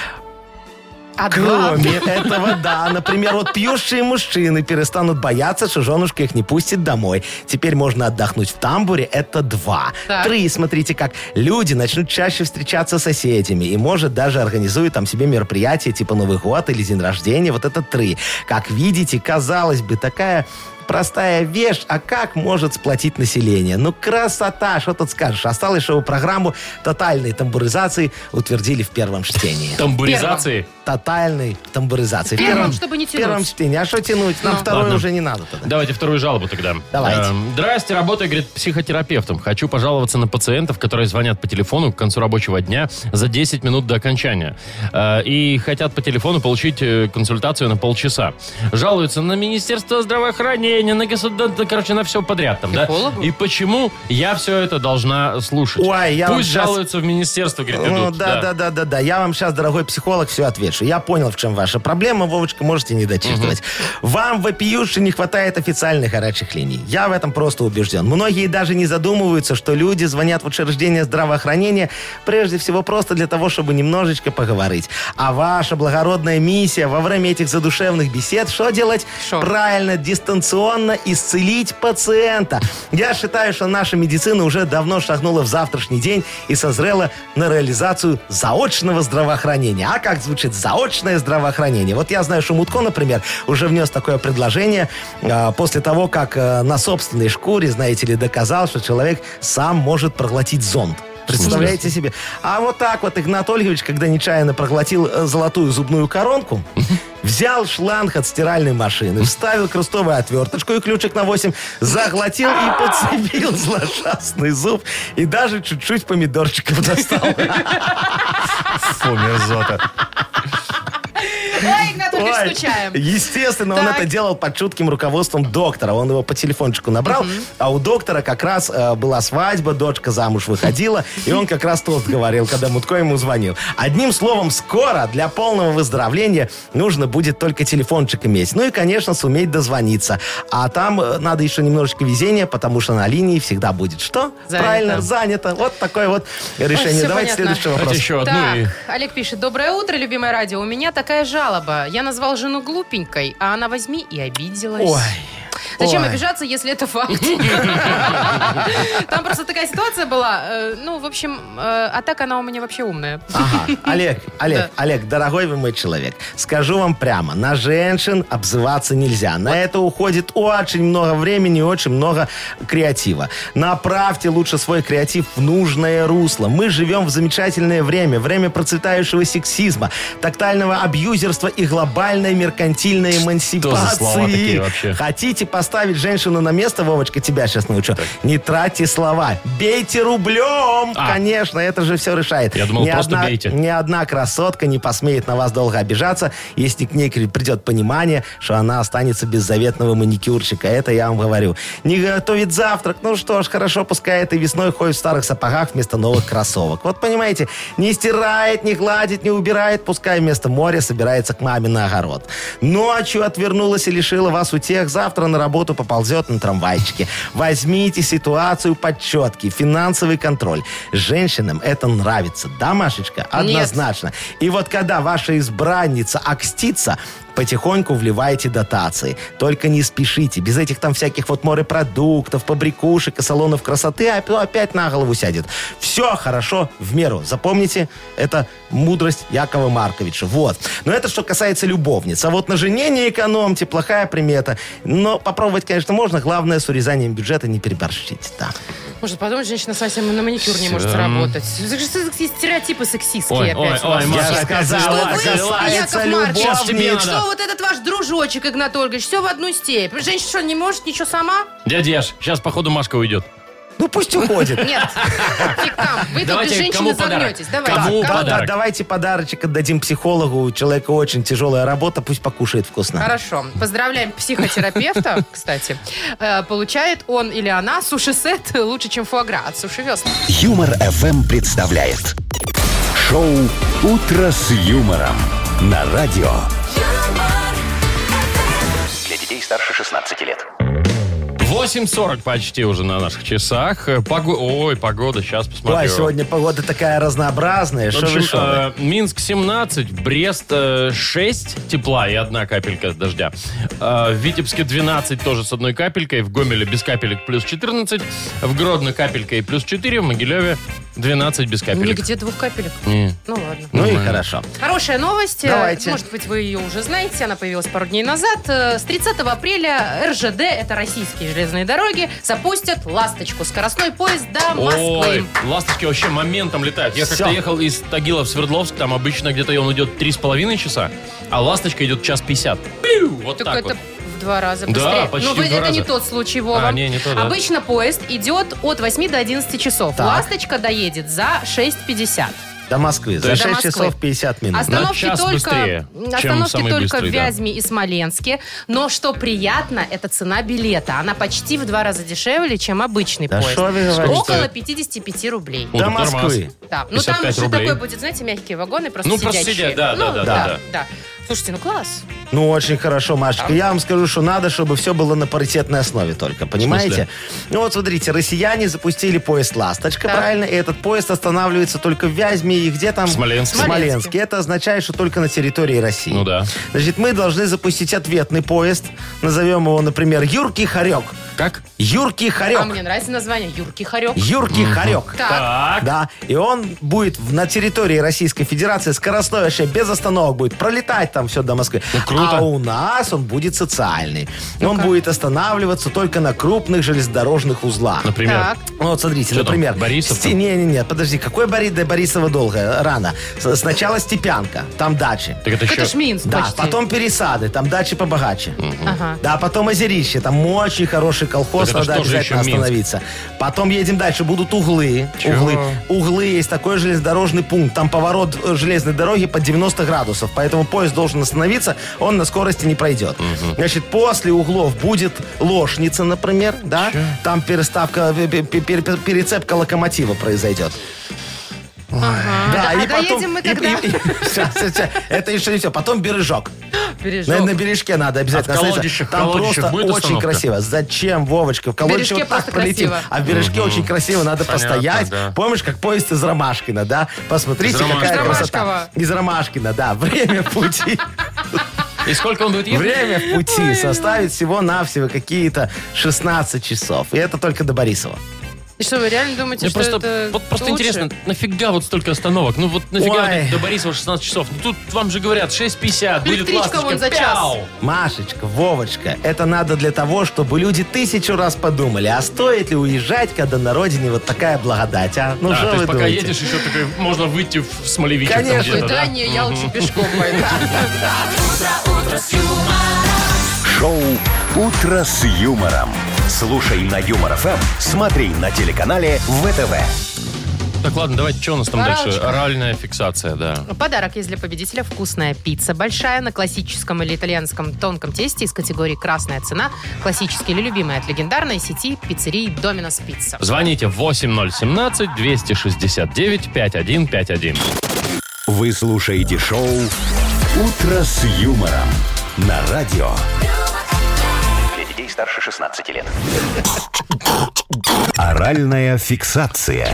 А два? Кроме этого, да, например, вот пьющие мужчины перестанут бояться, что женушка их не пустит домой. Теперь можно отдохнуть в тамбуре. Это два. Так. Три, смотрите, как люди начнут чаще встречаться с соседями и, может, даже организуют там себе мероприятия типа Новый год или день рождения. Вот это три. Как видите, казалось бы, такая простая вещь, а как может сплотить население? Ну, красота, что тут скажешь? Осталось, чтобы программу тотальной тамбуризации утвердили в первом чтении. Тамбуризации. Тотальной тамбуризации. В Первом, чтобы не В первом тянуть. чтении. А что тянуть? Нам Ну. второе Ладно. уже не надо тогда. Давайте вторую жалобу тогда. Давайте. Эм, Здрасте, работаю, говорит, психотерапевтом. Хочу пожаловаться на пациентов, которые звонят по телефону к концу рабочего дня за десять минут до окончания. Э, И хотят по телефону получить э, консультацию на полчаса. Жалуются на Министерство здравоохранения, на государство, короче, на все подряд там, да? Психологу? И почему я все это должна слушать? Ой, я вам Пусть щас- жалуются в министерство, говорит, Ну, идут. да, да, да, да, да. Я вам сейчас, дорогой психолог, все отвечу. Я понял, в чем ваша проблема, Вовочка, можете не дочитывать. Вам вопиюще не хватает официальных горячих линий. Я в этом просто убежден. Многие даже не задумываются, что люди звонят в учреждение здравоохранения прежде всего просто для того, чтобы немножечко поговорить. А ваша благородная миссия во время этих задушевных бесед, что делать? Шо? Правильно, дистанционно исцелить пациента. Я считаю, что наша медицина уже давно шагнула в завтрашний день и созрела на реализацию заочного здравоохранения. А как звучит заочное здравоохранение? Вот я знаю, что Мутко, например, уже внес такое предложение э, после того, как э, на собственной шкуре, знаете ли, доказал, что человек сам может проглотить зонд. Представляете себе? А вот так вот Игнат Ольгович, когда нечаянно проглотил э, золотую зубную коронку, взял шланг от стиральной машины, вставил крестовую отверточку и ключик на восемь, заглотил и подцепил злосчастный зуб и даже чуть-чуть помидорчиков достал. Фу, мерзота. Ой, Игнат Ольгович, Ой, скучаем. естественно, он Так. это делал под чутким руководством доктора. Он его по телефончику набрал, а у доктора как раз э, была свадьба, дочка замуж выходила, и он как раз тост говорил, когда Мутко ему звонил. Одним словом, скоро для полного выздоровления нужно будет только телефончик иметь. Ну и, конечно, суметь дозвониться. А там э, надо еще немножечко везения, потому что на линии всегда будет что? Занято. Правильно, занято. Вот такое вот решение. всё Давайте понятно. следующий вопрос. Давайте еще одну Так, и... Олег пишет: доброе утро, любимое радио. У меня такая жалоба. Я назвал жену глупенькой, а она возьми и обиделась. Ой. Зачем Ой. обижаться, если это факт? Там просто такая ситуация была. э, Ну, в общем, э, а так она у меня вообще умная. Ага. Олег, Олег, Да. Олег, дорогой вы мой человек, скажу вам прямо, на женщин обзываться нельзя. На это уходит очень много времени и очень много креатива. Направьте лучше свой креатив в нужное русло. Мы живем в замечательное время, время процветающего сексизма, тотального абьюзерства и глобальной меркантильной Что за слова такие эмансипации. вообще? Хотите поставить женщину на место, Вовочка, тебя сейчас научу. Не Не тратьте слова. Бейте рублем. А. Конечно, это же все решает. Я думал, ни просто одна, бейте. Ни одна красотка не посмеет на вас долго обижаться, если к ней придет понимание, что она останется без заветного маникюрчика. Это я вам говорю. Не готовит завтрак. Ну что ж, хорошо, пускай этой весной ходит в старых сапогах вместо новых кроссовок. Вот понимаете, не стирает, не гладит, не убирает, пускай вместо моря собирается к маме на огород. Ночью отвернулась и лишила вас утех, завтра на работу поползет на трамвайчике. Возьмите ситуацию под четкий финансовый контроль. Женщинам это нравится, да, Машечка? Однозначно. И вот когда ваша избранница окстится, потихоньку вливайте дотации. Только не спешите. Без этих там всяких вот морепродуктов, побрякушек и салонов красоты опять на голову сядет. Все хорошо в меру. Запомните, это мудрость Якова Марковича. Вот. Но это что касается любовниц. А вот на жене не экономьте, плохая примета. Но попробовать, конечно, можно. Главное, с урезанием бюджета не переборщить. Да. Может, потом женщина совсем на маникюр не может работать. Стереотипы сексистские Ой, опять. ой, ой, у вас. Маша, сказала, Что вы, касается Яков Маркович, Сейчас тебе надо. что вот этот ваш дружочек Игнат Ольгович, все в одну степь. Женщина что, не может ничего сама? Дядя Яш, сейчас, походу, Машка уйдет. Ну пусть уходит. Нет. Фиг там. Вы тут Давайте, без кому женщины подарок? загнетесь. Давайте. Кому Да, подарок? да, давайте подарочек отдадим психологу. У человека очень тяжелая работа, пусть покушает вкусно. Хорошо. Поздравляем психотерапевта, кстати. Э, Получает он или она суши-сет лучше, чем фуагра от Суши Весла. Юмор эф эм представляет шоу «Утро с юмором» на радио. Для детей старше шестнадцати лет. восемь сорок почти уже на наших часах. Пого... Ой, погода, сейчас посмотрю. Ой, сегодня погода такая разнообразная. В Что вы, общем, шо вы? э, Минск семнадцать, Брест э, шесть тепла и одна капелька дождя. Э, в Витебске двенадцать тоже с одной капелькой. В Гомеле без капелек плюс четырнадцать. В Гродно капелька и плюс четыре. В Могилеве двенадцать без капелек. Нигде двух капелек. Не. Ну ладно. Ну и нормально. хорошо. Хорошая новость. Э, Давайте. Может быть, вы ее уже знаете. Она появилась пару дней назад. Э, С тридцатого апреля эр жэ дэ, это российские железные дороги, запустят «Ласточку». Скоростной поезд до Москвы. Ой, ласточки вообще моментом летают. Я как-то Всё. ехал из Тагила в Свердловск, там обычно где-то он идет три с половиной часа, а ласточка идет час пятьдесят. Пиу! Вот Так так это вот. в два раза Да, быстрее. почти Но вы- в два это не раза. тот случай, Вова. А, не, не то, да. Обычно поезд идет от восьми до одиннадцати часов. Так. «Ласточка» доедет за шесть пятьдесят. До Москвы. За есть- шесть До Москвы. часов пятьдесят минут. Остановки час только, быстрее, чем остановки самый только быстрый, в да. Вязьме и Смоленске. Но что приятно, это цена билета. Она почти в два раза дешевле, чем обычный Да поезд. что вы говорите? Сколько Около стоит? пятьдесят пять рублей. О, До так нормас. Москвы. Да. Ну там пятьдесят пять же рублей. такой будет, знаете, мягкие вагоны, просто Ну, просто сидячие. сидя, да, Ну, да, да, да. Слушайте, ну класс. Ну, очень хорошо, Машечка. Я вам скажу, что надо, чтобы все было на паритетной основе только, понимаете? Ну вот смотрите, россияне запустили поезд «Ласточка», Так. правильно? И этот поезд останавливается только в Вязьме и где там? В Смоленске. В Смоленске. Это означает, что только на территории России. Ну да. Значит, мы должны запустить ответный поезд. Назовем его, например, «Юркий Хорек». Как? «Юркий Хорек». А мне нравится название Юркий Хорек. «Юркий Хорек». Так. Так. Да, и он будет в- на территории Российской Федерации скоростной вообще без остановок будет пролетать там все до Москвы. Ну, круто. А у нас он будет социальный. Он будет останавливаться только на крупных железнодорожных узлах. Например. Так. Ну, вот смотрите, Что там, например... Борисов там? Не-не-не, подожди, какой Борис, до Борисова долго? Рано. С- Сначала Степянка, там дачи. Так это Так еще... это ж Минск Да, почти. потом Пересады, там дачи побогаче. Ага. Да, потом Озерище, там очень хороший колхоз, Так это надо что же обязательно еще Минск? остановиться. Потом едем дальше, будут углы. Чего? Углы. Углы есть такой железнодорожный пункт. Там поворот э, железной дороги под девяносто градусов, поэтому поезд должен остановиться, он на скорости не пройдет. Значит, после углов будет Лошница, например, да? Там переставка, э, пе- пе- пе- перецепка локомотива произойдет. Ага. Да, А и потом... доедем мы и- когда? и- и- Щас, щас, щас. Это еще не все. Потом Бережок. Бережок. На, на бережке надо обязательно А в остановиться. колодищах- Там колодищах просто будет очень остановка? красиво. Зачем, Вовочка? В колодище бережке вот так просто пролетим. красиво. А в бережке очень красиво. Надо Понятно, постоять. да. Помнишь, как поезд из Ромашкина, да? Посмотрите, Из Ромашкова. какая Из красота. Ромашкова. Из Ромашкина, да. Время в пути. И сколько он будет ехать? Время в пути составит всего-навсего какие-то шестнадцать часов. И это только до Борисова. И что, вы реально думаете, Мне что просто, это вот просто лучше? интересно, нафига вот столько остановок? Ну вот нафига Ой. вот до Борисова шестнадцать часов? Ну тут вам же говорят шесть пятьдесят, будет Электричка ласточка. вон за час. Пяу! Машечка, Вовочка, это надо для того, чтобы люди тысячу раз подумали, а стоит ли уезжать, когда на родине вот такая благодать, а? Ну Да, что то вы есть пока думаете? едешь, еще такой, можно выйти в Смолевичек там Конечно. где-то, Да, да? не, я лучше пешком пойду. Шоу «Утро с юмором» Слушай на Юмор ФМ, смотри на телеканале ВТВ. Так, ладно, давайте, что у нас там Пора дальше? очка. Оральная фиксация, да. Подарок есть для победителя. Вкусная пицца большая на классическом или итальянском тонком тесте из категории «Красная цена». Классический или любимый от легендарной сети пиццерий «Доминос Пицца». Звоните восемь ноль один семь двести шестьдесят девять пятьдесят один пятьдесят один. Вы слушаете шоу «Утро с юмором» на радио. Для детей старше шестнадцати лет. Оральная фиксация.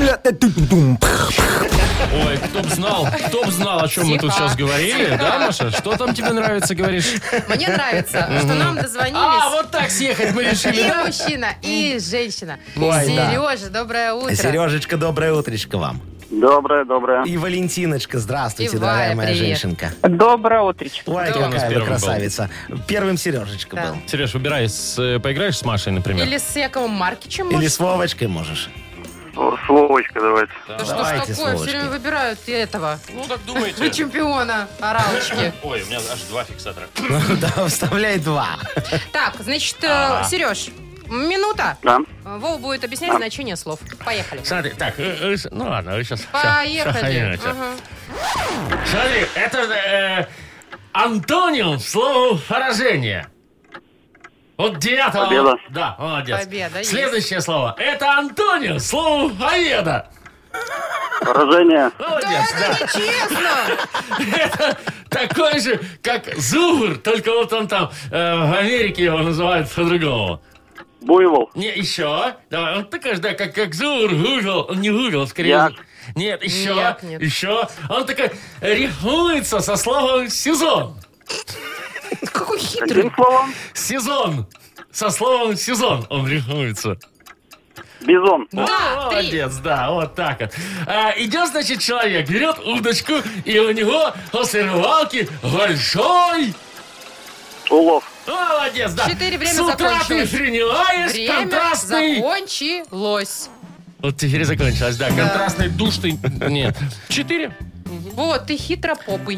Ой, кто б знал, кто б знал, о чем мы тут Тихо. сейчас говорили, да, Маша? Что там тебе нравится, говоришь? Мне нравится, что нам А, дозвонились вот так съехать мы решили, и да? мужчина, и женщина. Ой, да. Сережа, доброе утро. Сережечка, доброе утречко вам. Доброе, доброе. И Валентиночка, здравствуйте, И дорогая Валя, моя привет. женщинка. Доброе утречко. Ой, Кто у нас какая вы первым был? красавица. Первым Сережечка Да. был. Сереж, выбирай, с, э, поиграешь с Машей, например? Или с Яковом Маркичем, Или может? с Вовочкой можешь. Словочка давайте. Да что ж Давайте с такое, все Вовочкой. время выбирают этого Ну, так думайте. чемпиона оралочки. Ой, у меня аж два фиксатора. Ну да, вставляй два. Так, значит, э, Сереж, минута. Да. Вова будет объяснять значение слов. Поехали. Смотри, так, э, э, ну ладно, вы сейчас... Поехали. Ага. Смотри, это э, антоним слову поражение. Вот девятого... Победа. Да, молодец. Победа есть. Следующее слово. Это антоним слову победа. Поражение. Молодец, Это да. нечестно. Это такой же, как зубр, только вот он там э, в Америке его называют по-другому. Буйвол. Не, еще. Давай, он такой же, да, как, как зубр, гугл. Он не гугл, скорее. Як. Нет, еще. Як нет. Еще. Он такой рифмуется со словом сезон. Какой хитрый. Одним словом, Сезон. Со словом сезон он рифмуется. бизон. Ну, Да, три. молодец, да, вот так вот. А, идет, значит, человек, берет удочку, и у него после рыбалки большой... Улов. Молодец, да. Четыре, время С утра закончилось. ты принимаешь Время контрастный... закончилось. Вот теперь закончилось, да. Контрастный душ ты... Нет. Четыре. Вот, ты хитропопый.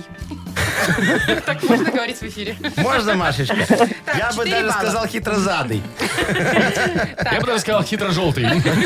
Так можно говорить в эфире. Можно, Машечка? Я бы четыре даже балла. сказал хитрозадый. Я бы даже сказал хитро-желтый.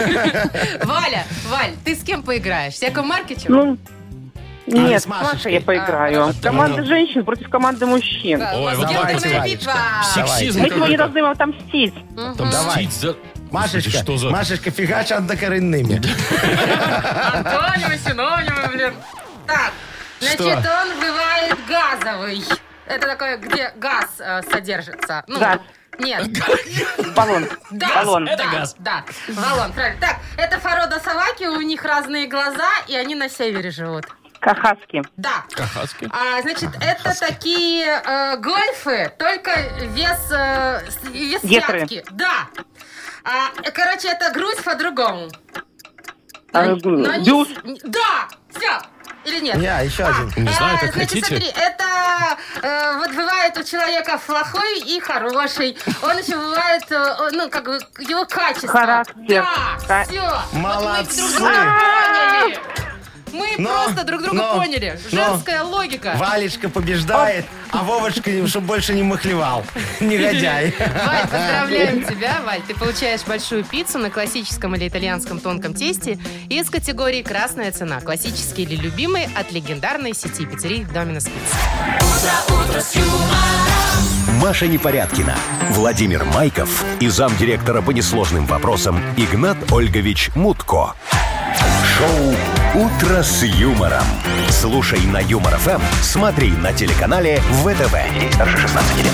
Валя, Валь, ты с кем поиграешь? С Яковом Маркичем? Ну, нет, с с Машечкой. Машей я поиграю. А, Команда женщин против команды мужчин. Да, у Ой, вас вот гендерная давайте, битва. Сексизм Мы сегодня какой-то. должны вам отомстить. Там Давай. мстить за... Машечка, Что за... Машечка, фигач однокоренными. Антонимы, синонимы, блин. Так, значит, Что? он бывает газовый. Это такое, где газ э, содержится. Ну, Газ. Нет. Баллон. Да, Баллон. Это да, газ. Да, баллон, правильно. Так, это порода собаки, у них разные глаза, и они на севере живут. Кахаски. Да. Кахаски. А, значит, это такие э, гольфы, только вес, э, с- вес Гетры. пятки. Да. А, короче, это грудь по-другому. А, Но- но не бюст. с- Да, все. Или нет? Я, еще один. Не знаю, А, как значит, хотите. смотри, это э, вот бывает у человека плохой и хороший. Он еще бывает, э, ну, как бы, его качество. Характер. Да, Ха- все. Молодцы. Вот мы друг друга поняли. Мы Но, просто друг друга но, поняли. но. Женская логика. Валечка побеждает, а Вовочка, чтобы больше не махлевал. Негодяй. Валь, поздравляем тебя, Валь. Ты получаешь большую пиццу на классическом или итальянском тонком тесте из категории «Красная цена». Классический или любимый от легендарной сети пиццерий «Доминос Пицца». Маша Непорядкина, Владимир Майков и замдиректора по несложным вопросам Игнат Ольгович Мутко. Шоу «Утро с юмором». Слушай на Юмор ФМ, смотри на телеканале ВТВ. Ей старше шестнадцати лет.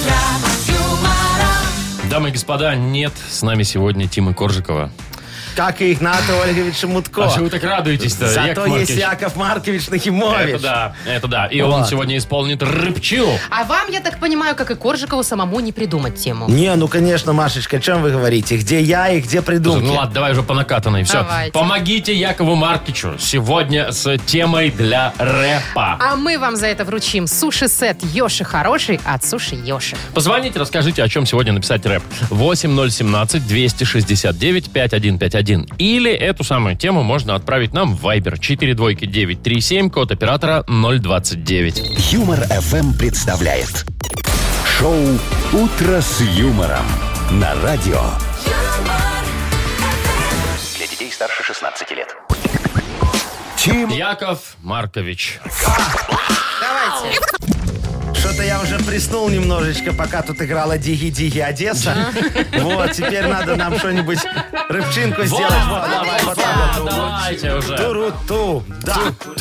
Дамы и господа, нет с нами сегодня Тимы Коржикова. Как и Игната Ольговича Мутко. А что вы так радуетесь-то, Зато Яков есть Маркович? Яков Маркович Нахимович. Это да, это да. И он Вот. сегодня исполнит рыбчилу. А вам, я так понимаю, как и Коржикову, самому не придумать тему. Не, ну конечно, Машечка, о чем вы говорите? Где я и где придумки? Ну ладно, давай уже по накатанной. Все. Давайте. Помогите Якову Маркичу сегодня с темой для рэпа. А мы вам за это вручим суши-сет Йоши Хороший от Суши Йоши. Позвоните, расскажите, о чем сегодня написать рэп. восемь ноль один семь двести шестьдесят девять пятьдесят один пятьдесят один. Или эту самую тему можно отправить нам в Viber четыре двойки девять три семь, код оператора ноль двадцать девять. Юмор ФМ представляет шоу «Утро с юмором» на радио. Для детей старше шестнадцати лет. Тим Яков Маркович. Давайте. Что-то я уже приснул немножечко, пока тут играла Диги-Диги Одесса. Вот, теперь надо нам что-нибудь, рыбчинку сделать. Вот, давай, вот так вот. Давайте уже. Туру-ту, да.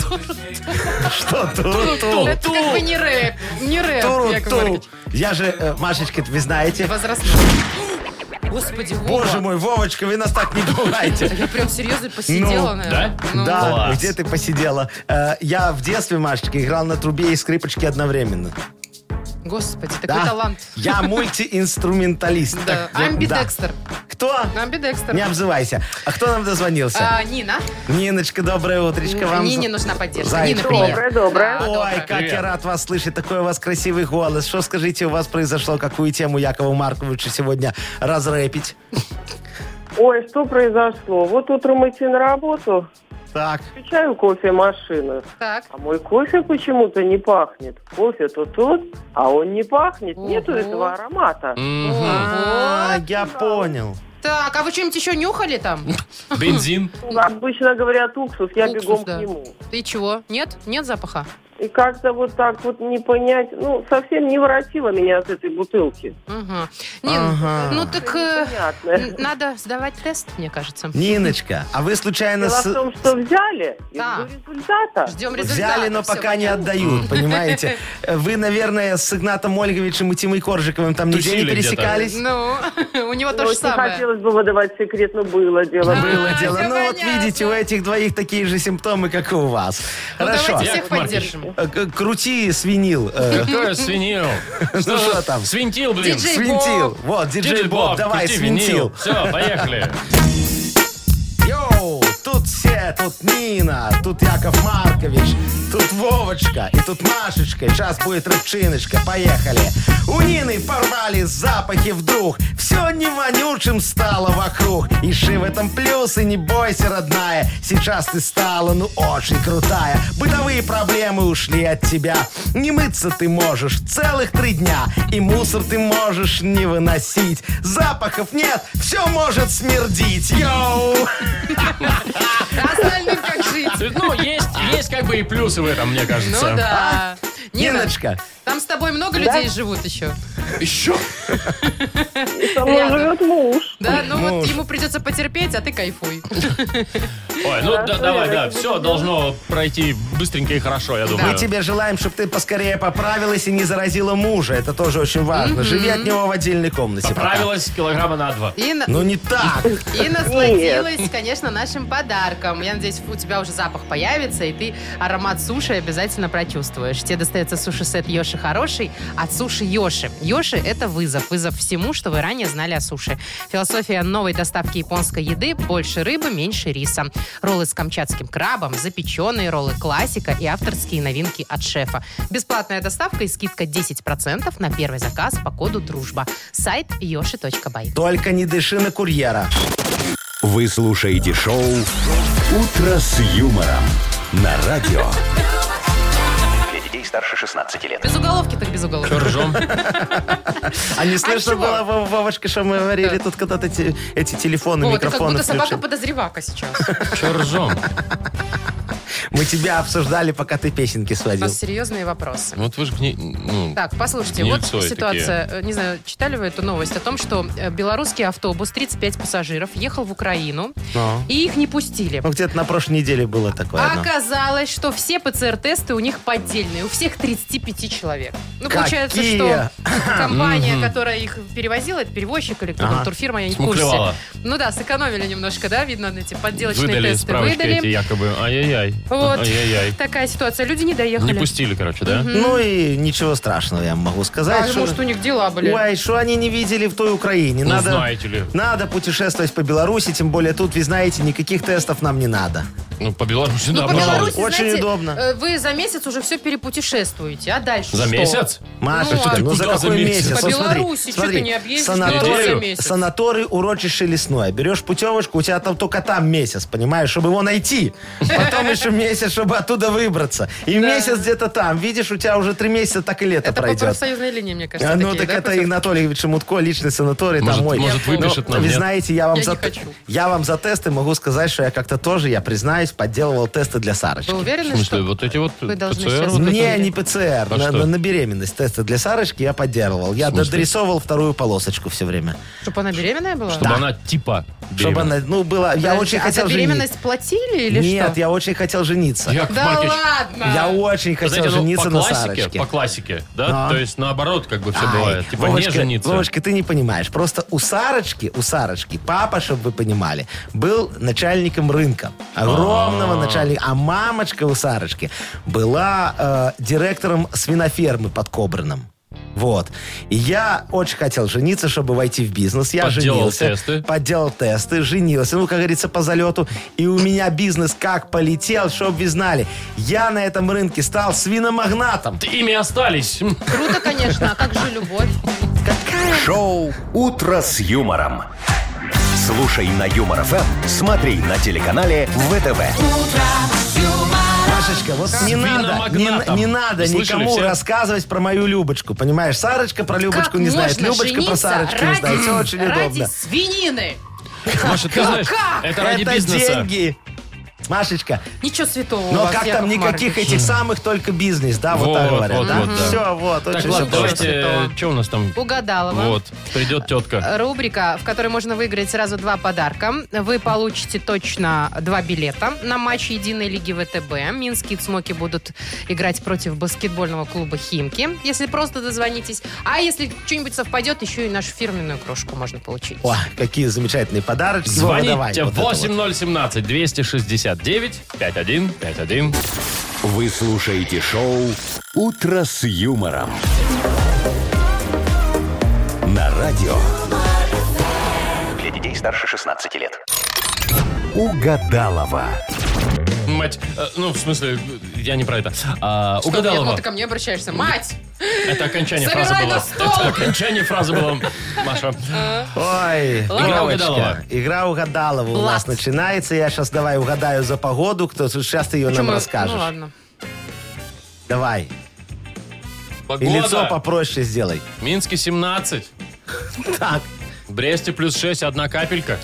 Что туру-ту? Это как бы не рэп. Не рэп, Яков Туру-ту. Маркович. Я же, э, Машечка, вы знаете. Возрастной. Господи, Вова. Боже мой, Вовочка, вы нас так не пугайте. Я прям серьезно посидела, Ну, наверное. да? Ну, Да, Класс. где ты посидела? Э, Я в детстве, Машечка, играл на трубе и скрипочке одновременно. Господи, такой Да. талант. Я мультиинструменталист. Да. Так, Амбидекстер. да. Кто? Амбидекстер. Не обзывайся. А кто нам дозвонился? А, Нина. Ниночка, доброе утречко вам. Нине нужна поддержка. Зайчик Нина, моя. привет. Доброе, доброе. Да, Ой, доброе. как Привет. я рад вас слышать. Такой у вас красивый голос. Что, скажите, у вас произошло? Какую тему Якову Марковичу сегодня разрэпить? Ой, что произошло? Вот утром идти на работу, Так. включаю кофемашину, Так. а мой кофе почему-то не пахнет. Кофе-то тут, а он не пахнет. Нету Ого. этого аромата. Мгм. А, я понял. Так, а вы что-нибудь еще нюхали там? Бензин. Ну, Обычно говорят уксус, я Уксус, бегом да. к нему. Ты чего? Нет? Нет запаха? И как-то вот так вот не понять, ну, совсем не воротило меня от этой бутылки. Угу. Нин, Ага. ну так э, Понятно. н- надо сдавать тест, мне кажется. Ниночка, а вы случайно Дело с... в том, что взяли, и Да. жду результата. Ждем результата. Взяли, но всё пока не понятно. отдают, понимаете? Вы, наверное, с Игнатом Ольговичем и Тимой Коржиковым там нигде не Тусили где-то. пересекались? Ну, у него то Ну, же не самое. хотелось бы выдавать секрет, но было дело. Было А, дело. всё Ну вот понятно. видите, у этих двоих такие же симптомы, как и у вас. Ну, Хорошо. давайте всех Яков Маркович. поддержим. Э, к- Крути свинил. э, Какой свинил? Ну что там? Свинтил, блин. Диджей Свинтил. Боб. Вот, диджей Боб, давай, свинтил. Все, поехали. Йоу, тут все, тут Нина, тут Яков Маркович, тут Вовочка и тут Машечка. Сейчас будет рыбчиночка, поехали. У Нины порвали запахи вдруг, все не вонючим стало вокруг. Иши в этом плюс и не бойся, родная, сейчас ты стала, ну, очень крутая. Бытовые проблемы ушли от тебя, не мыться ты можешь целых три дня, и мусор ты можешь не выносить. Запахов нет, все может смердить. Йоу! А остальным как жить? Ну, есть, есть как бы и плюсы в этом, мне кажется. Ну да. Нина, Ниночка, там с тобой много людей живут еще? Еще? И со мной Рядом. живет муж. Да, ну вот Муж. ему придется потерпеть, а ты кайфуй. Ой, ну да, Хорошо, давай, я да, так и все буду должно пройти быстренько и хорошо, я думаю. мы тебе желаем, чтобы ты поскорее поправилась и не заразила мужа. Это тоже очень важно. Живи от него в отдельной комнате. пока. Поправилась килограмма на два. И, на- Ну не так. и насладилась, конечно, нашим подарком. Я надеюсь, у тебя уже запах появится, и ты аромат суши обязательно прочувствуешь. Тебе достается суши-сет Йоши Хороший от Суши Йоши. Йоши – это вызов. Вызов всему, что вы ранее знали о суши. Философия новой доставки японской еды – больше рыбы, меньше риса. Роллы с камчатским крабом, запеченные роллы классика и авторские новинки от шефа. Бесплатная доставка и скидка десять процентов на первый заказ по коду «Дружба». Сайт йоши точка бай. Только не дыши на курьера. Вы слушаете шоу «Утро с юмором» на радио. Для детей старше шестнадцати лет. Без уголовки так без уголовки. Что, ржем? А не слышно чего? было, Вов- Вовочка, что мы говорили? Тут когда-то те- эти телефоны, Вова, ты как микрофоны будто включены. собака-подозревака сейчас. Что ржем? Мы тебя обсуждали, пока ты песенки У сводил. нас серьезные вопросы. Вот вы же к ней... Ну, Так, послушайте, вот Гнильцой ситуация. э, Не знаю, читали вы эту новость о том, что э, белорусский автобус, тридцать пять пассажиров, ехал в Украину, Ну. и их не пустили. Ну, где-то на прошлой неделе было такое. А одно. оказалось, что все ПЦР-тесты у них поддельные, у всех тридцати пяти человек. Ну, получается, Какие? что компания, которая их перевозила, это перевозчик или кто там, Ага. турфирма, я не в курсе. Смуклевала. Ну да, сэкономили немножко, да, видно, эти подделочные выдали тесты справочки выдали. эти якобы. Ай-яй-яй. Вот. Ай-яй-яй. Такая ситуация. Люди не доехали. Не пустили, короче, да? Ну и ничего страшного, я могу сказать. А, что- может, у них дела были. Ой, что они не видели в той Украине? Ну, Надо, знаете ли. надо путешествовать по Беларуси, тем более тут, вы знаете, никаких тестов нам не надо. Ну, по Беларуси, Ну, да, по пожалуй. Беларуси, Очень знаете, удобно. э, вы за месяц уже все перепутешествуете, а дальше За что? месяц? Машечка, Ну, а ну, за куда за какой месяц? месяц? По Вот смотри, Беларуси, что смотри, ты не объездишь санаторий, неделю за месяц? санаторий урочище лесное. Берешь путевочку, у тебя там только там месяц, понимаешь, чтобы его найти. Потом еще месяц, чтобы оттуда выбраться. И месяц где-то там. Видишь, у тебя уже три месяца так и лето Это по пройдет. профсоюзной линии, мне кажется, А, ну, такие, так да, это путевки? Игнатольевич Мутко, личный санаторий, Может, там мой. может, Я выпишет Ну, нам, вы нет? знаете, я вам, Я за, не хочу. я вам за тесты могу сказать, что я как-то тоже, я признаюсь, подделывал тесты для Сарочки. Вы уверены, В смысле, что вот эти вот вы должны ПЦР? сейчас вот это? Не, не ПЦР, А на, что? на- на беременность тесты для Сарочки я подделывал. Я В смысле? дорисовывал вторую полосочку все время. Чтобы она беременная была? Чтобы она типа Чтобы беременна. она, ну, была, я Подожди, очень а хотел за беременность платили или жениться. Нет, что? я очень хотел жениться. Яков Да Маркович, ладно! Я очень хотел знаете, ну, жениться по на классике, Сарочке. по классике, да? Да. То есть наоборот, как бы все Ай, бывает. Типа Вовочка, не жениться. Вовочка, ты не понимаешь. Просто у Сарочки, у Сарочки, папа, чтобы вы понимали, был начальником рынка. Огромного А-а-а. начальника. А мамочка у Сарочки была э, директором свинофермы под Кобраном. Вот. И я очень хотел жениться, чтобы войти в бизнес. Я Подделал женился. тесты. Подделал тесты, женился. Ну, как говорится, по залету. И у меня бизнес как полетел, чтобы вы знали. Я на этом рынке стал свиномагнатом. Ими остались. Круто, конечно, а как же любовь? Шоу «Утро с юмором». Слушай на Юмор ФМ, смотри на телеканале ВТВ. Машечка, вот не надо, не, Свиномагнатом. не надо Слышали никому все? рассказывать про мою Любочку, понимаешь? Сарочка про Любочку Как не знает, можно Любочка про жениться Сарочку не знает. Все очень ради удобно. свинины? Маша, ты знаешь, это ради Это бизнеса. деньги. Машечка, Ничего святого у но вас, как Яков там никаких Маркович. этих самых, только бизнес, да, вот, Вот, так говорят, вот, да? вот, да. Все, вот, Так, очень ладно, всё просто. давайте, что у нас там? Угадала вам. Вот, придет тетка. Рубрика, в которой можно выиграть сразу два подарка. Вы получите точно два билета на матч единой лиги ВТБ. Минские цмоки будут играть против баскетбольного клуба «Химки», если просто дозвонитесь. А если что-нибудь совпадет, еще и нашу фирменную кружку можно получить. О, какие замечательные подарочки. Вова, давай, Звоните вот это вот. восемь ноль семнадцать двести шестьдесят девять пятьдесят один пятьдесят один. Вы слушаете шоу «Утро с юмором». На радио. Для детей старше шестнадцати лет. Угадалова. Мать, э, ну, в смысле, я не про это. А, Что, угадалова. ну, ты ко мне обращаешься. Мать! Это окончание Собирай фразы на было. стол! Это окончание фразы было, Маша. Ой, Ладно. Игра Вовочка, угадалова. Игра угадалова у Влад. нас начинается. Я сейчас давай угадаю за погоду. Кто сейчас ты ее нам Почему? расскажешь. Ну ладно. Давай. И Погода. лицо попроще сделай. В Минске семнадцать. Так. В Бресте плюс шесть, одна капелька.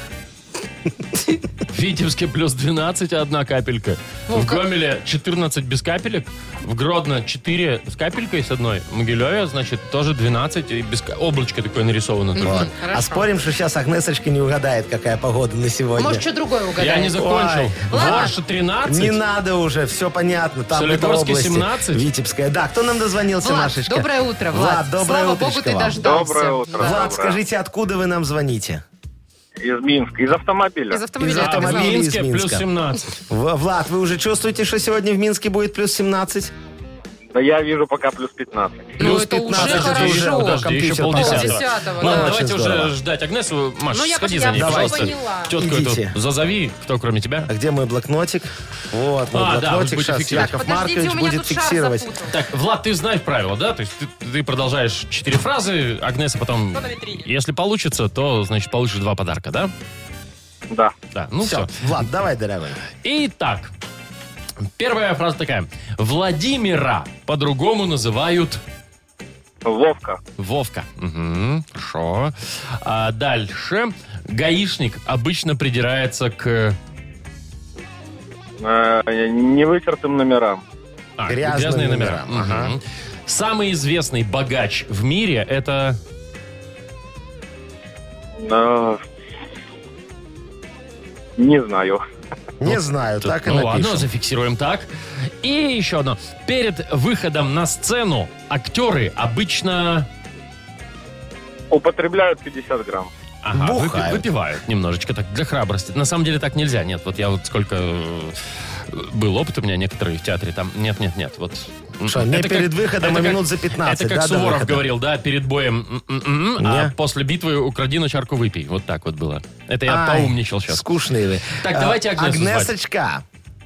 В Витебске плюс двенадцать, одна капелька. Ну, В как- Гомеле четырнадцать без капелек. В Гродно четыре с капелькой с одной. В Могилеве, значит, тоже двенадцать. И без... ка- Облачко такое нарисовано. только. Вот. Хорошо. А спорим, что сейчас Агнесочка не угадает, какая погода на сегодня. Может, что другое угадать? Я не закончил. Ой. В Ладно. Орше тринадцать. Не надо уже, все понятно. Там в этой Солигорске области. семнадцать. Витебская. Да, кто нам дозвонился, Влад, Машечка? доброе утро, Влад. Влад, доброе Слава утречко богу, ты вам. дождался. Доброе утро. Да. Влад, Доброе. скажите, откуда вы нам звоните? Из Минска, из автомобиля. Из автомобиля. Из я так и А в автомобиля. знала. из Минске плюс Минска. семнадцать. В- Влад, вы уже чувствуете, что сегодня в Минске будет плюс семнадцать? Да я вижу пока плюс пятнадцать. Ну, Плюс это уже пятнадцать, это хорошо. уже Подожди, компьютер еще полдесятого. показывает. Полдесятого, Ладно, да. давайте Очень здорово. уже ждать Агнесу. Маш, Ну, я сходи пос- за я ней, всё пожалуйста. поняла. Тетку Идите. эту зазови, кто кроме тебя. А где мой блокнотик? Вот мой А, да, блокнотик. вы будете Сейчас фиксировать. Яков Подождите, Маркович у меня будет тут шар фиксировать. запутан. Так, Влад, ты знаешь правила, да? То есть ты, ты продолжаешь четыре фразы, Агнеса потом... Что на витрине? Если получится, то, значит, получишь два подарка, да? Да. Да, ну все. Все, Влад, давай, дорогой. Итак, первая фраза такая. Владимира по-другому называют Вовка. Вовка. Угу, хорошо. А дальше. Гаишник обычно придирается к... Э, невытертым номерам. А, Грязным грязные номера. номерам, ага. Мгм. Самый известный богач в мире это... Э, не знаю. Не знаю, так и Ну ладно, напишем. зафиксируем так. И еще одно. Перед выходом на сцену актеры обычно... Употребляют пятьдесят грамм. Ага, выпи- Бухают. выпивают немножечко так для храбрости. На самом деле так нельзя. Нет, вот я вот сколько э, был опыт у меня некоторые в театре, там нет, нет, нет. Вот Что, не Это перед как- выходом, это а как- минут за пятнадцать, Это как да, до Суворов выхода? говорил, да, перед боем, м-м-м, а Не. после битвы укради на чарку выпей. Вот так вот было. Это я Ай, поумничал сейчас. Скучные вы. Так, А, давайте Агнесу звать. Агнесочка.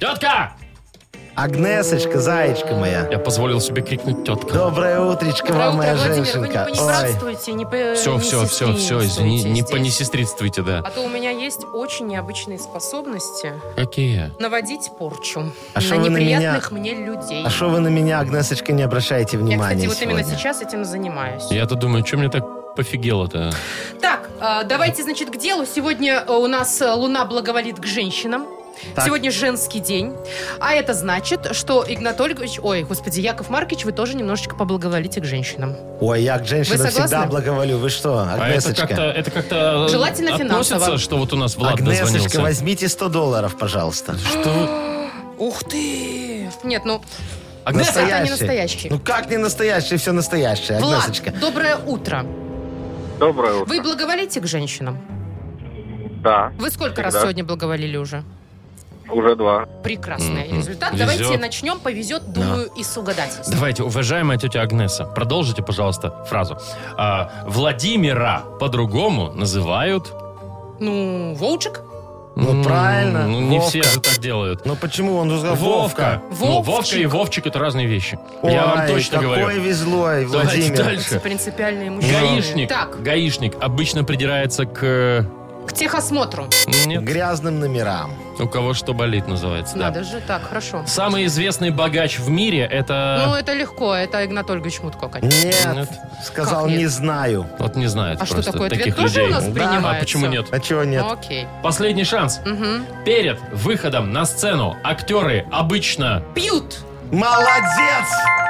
Тетка! Агнесочка, заячка моя. Я позволил себе крикнуть тетка. Доброе утречко Доброе вам, утро, моя Владимир. Вы женщинка. не, не Ой. братствуйте, не по- Все, не все, все, все, извини, не сестринствуйте понесестринствуйте, да. А то у меня есть очень необычные способности Какие? наводить порчу А на шо вы на неприятных мне людей. А что вы на меня, Агнесочка, не обращаете Я, внимания кстати, вот именно сегодня? сейчас этим занимаюсь. Я-то думаю, что мне так пофигело-то? Так, э, давайте, значит, к делу. Сегодня э, у нас э, Луна благоволит к женщинам. Так. Сегодня женский день. А это значит, что Игнат Ольгович, ой, господи, Яков Маркович, вы тоже немножечко поблаговолите к женщинам. Ой, я к женщинам Вы согласны? всегда благоволю. Вы что, А это Агнесочка? как-то, это как-то Желательно относится, финансово. что вот у нас Влад Агнесочка, дозвонился? возьмите сто долларов, пожалуйста. Что? Ух ты! Нет, ну, Агнеса, Настоящий. это не настоящий. Ну как не настоящий, все настоящее, Влад, Агнесочка. доброе утро. Доброе утро. Вы благоволите к женщинам? Да, Вы сколько Всегда. раз сегодня благоволили уже? уже два. Прекрасный Мгм. результат. Везет. Давайте начнем. Повезет, думаю, и с угадательством. давайте, уважаемая тетя Агнеса, продолжите, пожалуйста, фразу. А, Владимира по-другому называют... Ну, Вовчик? Ну, М, правильно, Ну, не Вовка. все же так делают. Ну почему он сказал Вовка. Ну, Вовка Вовчик. и Вовчик — это разные вещи. Ой, Я вам точно какой говорю. везлой, Давайте Владимир. дальше. Принципиальные мужчины. Гаишник, Так, гаишник обычно придирается к... к техосмотру. Нет, Грязным номерам. у кого что болит, называется. Да. Надо же, так, хорошо. Самый известный богач в мире — Ну, это... это легко. Это Игнат Ольгович Мутко, конечно. Нет, Нет. сказал, Как нет? не знаю. Вот не знает А что просто такое? таких Ответ тоже людей. у нас Да, принимается? А почему нет? А чего нет? Ну, окей. Последний шанс. Мгм. Перед выходом на сцену актеры обычно... Пьют. Молодец!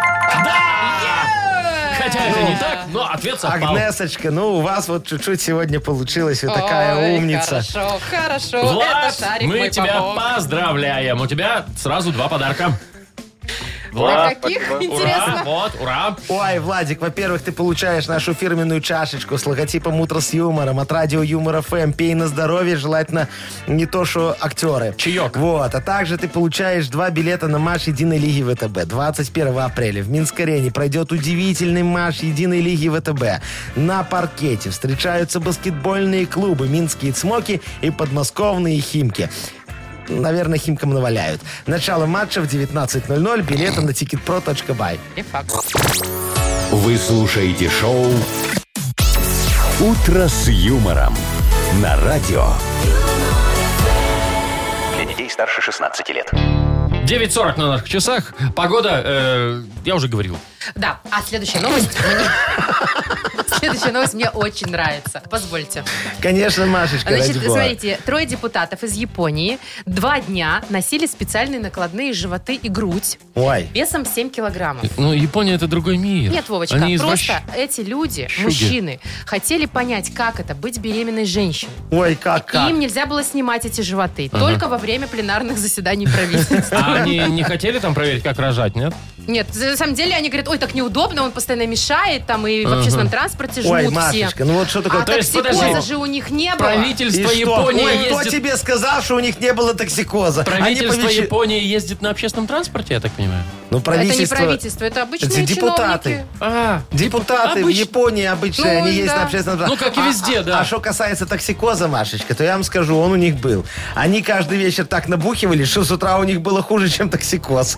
Хотя это не так, но ответ совпал. Агнесочка, ну у вас вот чуть-чуть сегодня получилось. Вы такая Ой, умница. Хорошо, хорошо. Влад, Это шарик мы мой тебя помог. поздравляем. У тебя сразу два подарка. На Влад, каких, спасибо. ура, интересно? вот, ура. Ой, Владик, во-первых, ты получаешь нашу фирменную чашечку с логотипом «Утро с юмором» от радио Юмор эф эм. Пей на здоровье, желательно не то, что актеры. Чаек. Вот, а также ты получаешь два билета на матч Единой Лиги ВТБ. двадцать первого апреля в Минск-арене пройдет удивительный матч Единой Лиги ВТБ. На паркете встречаются баскетбольные клубы «Минские Цмоки» и подмосковные «Химки». Наверное, химкам наваляют. Начало матча в девятнадцать ноль ноль. Билеты на тикетпро точка бай. Не факт. Вы слушаете шоу «Утро с юмором» на радио. Для детей старше шестнадцати лет. девять сорок на наших часах. Погода, э, я уже говорил. Да, а следующая новость мне... Следующая новость мне очень нравится. Позвольте. Конечно, Машечка, Значит, ради бога. смотрите, трое депутатов из Японии два дня носили специальные накладные животы и грудь Ой, весом семь килограммов. Ну, Япония — это другой мир. Нет, Вовочка, Они из просто вощ- эти люди, Шуги. мужчины, хотели понять, как это быть беременной женщиной. ой, как, И как? им нельзя было снимать эти животы. Только во время пленарных заседаний правительства. А они не хотели там проверить, как рожать, нет? Нет, на самом деле они говорят, ой, так неудобно, он постоянно мешает, там и в общественном транспорте жмут Ой, все. Машечка, ну вот что такое? А То есть, токсикоза подожди. же у них не было. Правительство И что? Японии Ой, кто ездит... тебе сказал, что у них не было токсикоза? Правительство Они повещ- Японии ездит на общественном транспорте, я так понимаю? Ну, Это правительство... не правительство, это обычные Это депутаты. чиновники. А, Депутаты в Обыч- Японии обычные, Ну, они есть да. на общественном Ну, транспорте. как и А- везде, а- да. А что касается токсикоза, Машечка, то я вам скажу, он у них был. Они каждый вечер так набухивали, что с утра у них было хуже, чем токсикоз.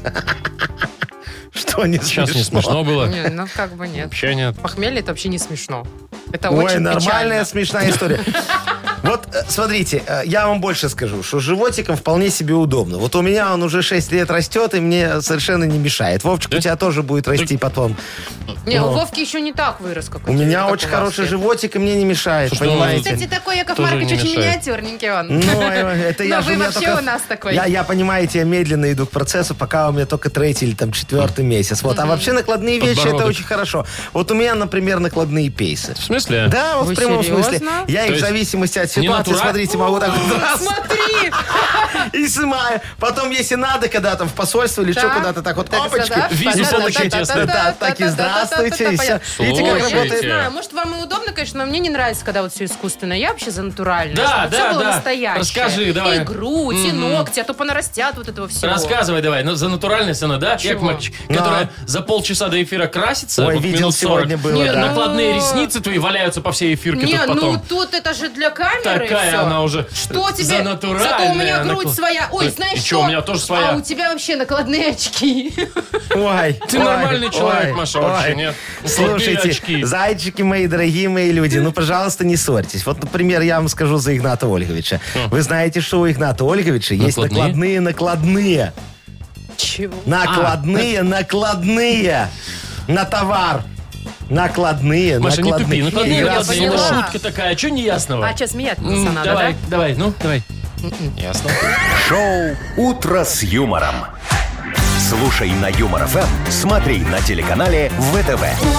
Что не сейчас не смешно было. Не, ну как бы нет. Вообще нет. Похмелье это вообще не смешно. Это Ой, очень нормальная, печально. смешная история. Вот, э, смотрите, э, я вам больше скажу, что животиком вполне себе удобно. Вот у меня он уже шесть лет растет, и мне совершенно не мешает. Вовчик, у тебя тоже будет расти потом. Не, Ну. у Вовки еще не так вырос, как У меня как очень у вас хороший всех. животик, и мне не мешает, Слушай, ну, понимаете? Кстати, такой Яков Тоже Маркович не очень мешает. миниатюрненький он. Ну, э, это я Но же вы у меня вообще только- у нас такой. Я, я, понимаете, я медленно иду к процессу, пока у меня только третий или там четвертый месяц. Вот. А вообще накладные вещи, это Подбородок. очень хорошо. Вот у меня, например, накладные пейсы. В смысле? Да, вот Вы в прямом серьезно? смысле. Я То их в есть зависимости от не ситуации, натураль? смотрите, могу так вот раз Смотри! и снимаю. Потом, если надо, когда там в посольство или что, Так. куда-то так вот, Так, опачки. да, визу и все получить, таки, если- да, так и здравствуйте, и все. Видите, как Слушайте. Я не работает? знаю, может, вам и удобно, конечно, но мне не нравится, когда вот все искусственное. Я вообще за натуральное. Да, чтобы да, все было да. настоящее. Расскажи, давай. И грудь, и Мгм. ногти, а то понарастят вот этого всего. Рассказывай давай. Ну, за натуральность она, да? Чего? Яков Маркович, которая за полчаса до эфира красится. Ой, вот видел, минут сорок. сегодня было, Не, да. ну, Накладные ресницы твои валяются по всей эфирке Не, тут ну потом. тут это же для камеры Такая всё. она уже Что тебе? за натуральное. Зато у меня грудь наклад- своя. Ой, знаешь И что? что, у меня тоже своя. А у тебя вообще накладные очки. Ой, Ты ой, нормальный человек, ой, Маша, вообще, ой. нет? Слушайте, очки. зайчики мои, дорогие мои люди, ну, пожалуйста, не ссорьтесь. Вот, например, я вам скажу за Игната Ольговича. Вы знаете, что у Игната Ольговича есть Накладные? накладные-накладные. Чего? Накладные, накладные. На товар. Накладные, Маша, не накладные. тупи. Накладные, Игра накладные, это поняла. шутка такая. Что неясного? А что, смеяться М, надо, Давай, да? давай, ну, давай. Ясно. Шоу «Утро с юмором». Слушай на Юмор ФМ, смотри на телеканале ВТВ.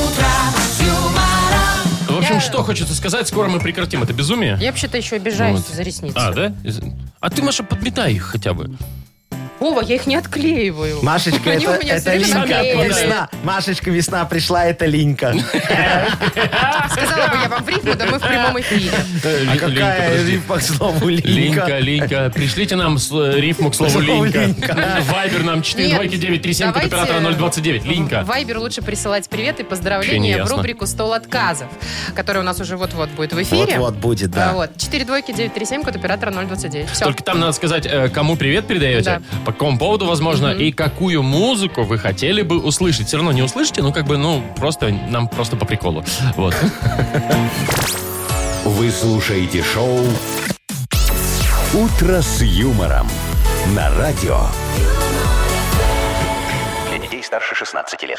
В общем, что хочется сказать, скоро мы прекратим это безумие. Я вообще-то еще обижаюсь Вот. за ресницы. А, да? Из- А ты, Маша, подметай их хотя бы. Вова, я их не отклеиваю. Машечка, Они это, у меня это все время Линька. наклеены. Весна. Машечка, весна пришла, это Линька. Сказала бы я вам в рифму, да мы в прямом эфире. А какая рифма к слову Линька, Линька? Линька. Пришлите нам с- э, рифму к слову Слову Линька. Линька. Вайбер нам четыре двойки девять три семь, код давайте оператора ноль двадцать девять. Линька. В Вайбер лучше присылать привет и Вообще поздравления не в ясно. рубрику «Стол отказов», которая у нас уже вот-вот будет в эфире. Вот-вот будет, да. А, Вот. четыре двойки девять три семь, код оператора ноль двадцать девять. Все. Только там надо сказать, э, кому привет передаете, Да. по какому поводу, возможно, и какую музыку вы хотели бы услышать. Все равно не услышите, ну, как бы, ну, просто, нам просто по приколу. Вот. Вы слушаете шоу «Утро с юмором» на радио. Для детей старше шестнадцати лет.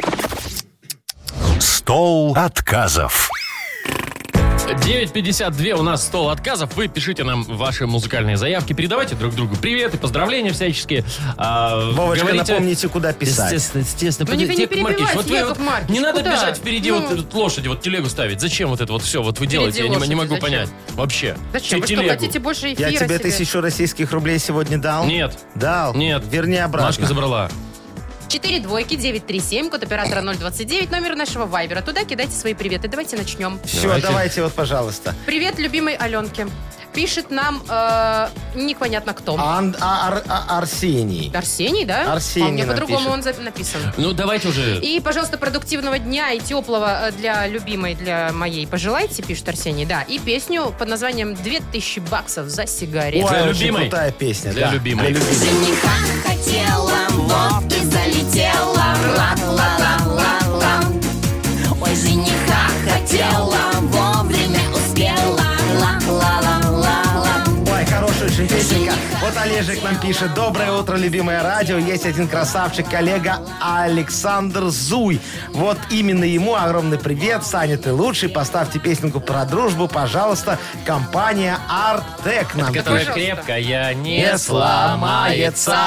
Стол отказов. девять пятьдесят два у нас стол отказов. Вы пишите нам ваши музыкальные заявки, передавайте друг другу привет и поздравления всяческие. А, Вовочка, говорите- напомните, куда писать. Естественно, естественно. Ну, не- Подожди, не Яков Маркович, перебивайте, вот вы Яков вот Маркович, не надо куда? бежать впереди Ну. вот этот лошади, вот телегу ставить. Зачем вот это вот все вот вы Впереди делаете? Я не, м- не лошади могу зачем? понять. Вообще. Зачем? Вы что, Телегу. хотите больше эфира Я тебе себе? тысячу российских рублей сегодня дал? Нет. Дал? Нет. Верни обратно. Машка забрала. четыре двойки девять три семь, код оператора ноль двадцать девять, номер нашего Вайбера. Туда кидайте свои приветы. Давайте начнем. Все, Давайте. давайте. вот, пожалуйста. Привет, любимой Аленке. Пишет нам э, непонятно кто. Ан- а- Ар- а- Арсений. Арсений, да? Арсений А у меня нам по-другому пишет. он за- написан. Ну, давайте уже. И, пожалуйста, продуктивного дня и теплого э, для любимой, для моей пожелайте, пишет Арсений, да. И песню под названием «Две тысячи баксов за сигарету». Для Ой, очень любимой. крутая песня. Для да. любимой. Для любимой. Жениха хотела, вот и залетела. Ла-ла-ла-ла-ла. Ой, жениха хотела, вовремя успела. Ла-ла-ла-ла-ла. Ой, хорошая очень песенка. Вот Олежек нам пишет. Доброе утро, любимое радио. Есть один красавчик, коллега Александр Зуй. Вот именно ему огромный привет. Саня, ты лучший. Поставьте песенку про дружбу, пожалуйста. Компания Артек нам Которая пишет. крепкая, не, Не сломается. сломается.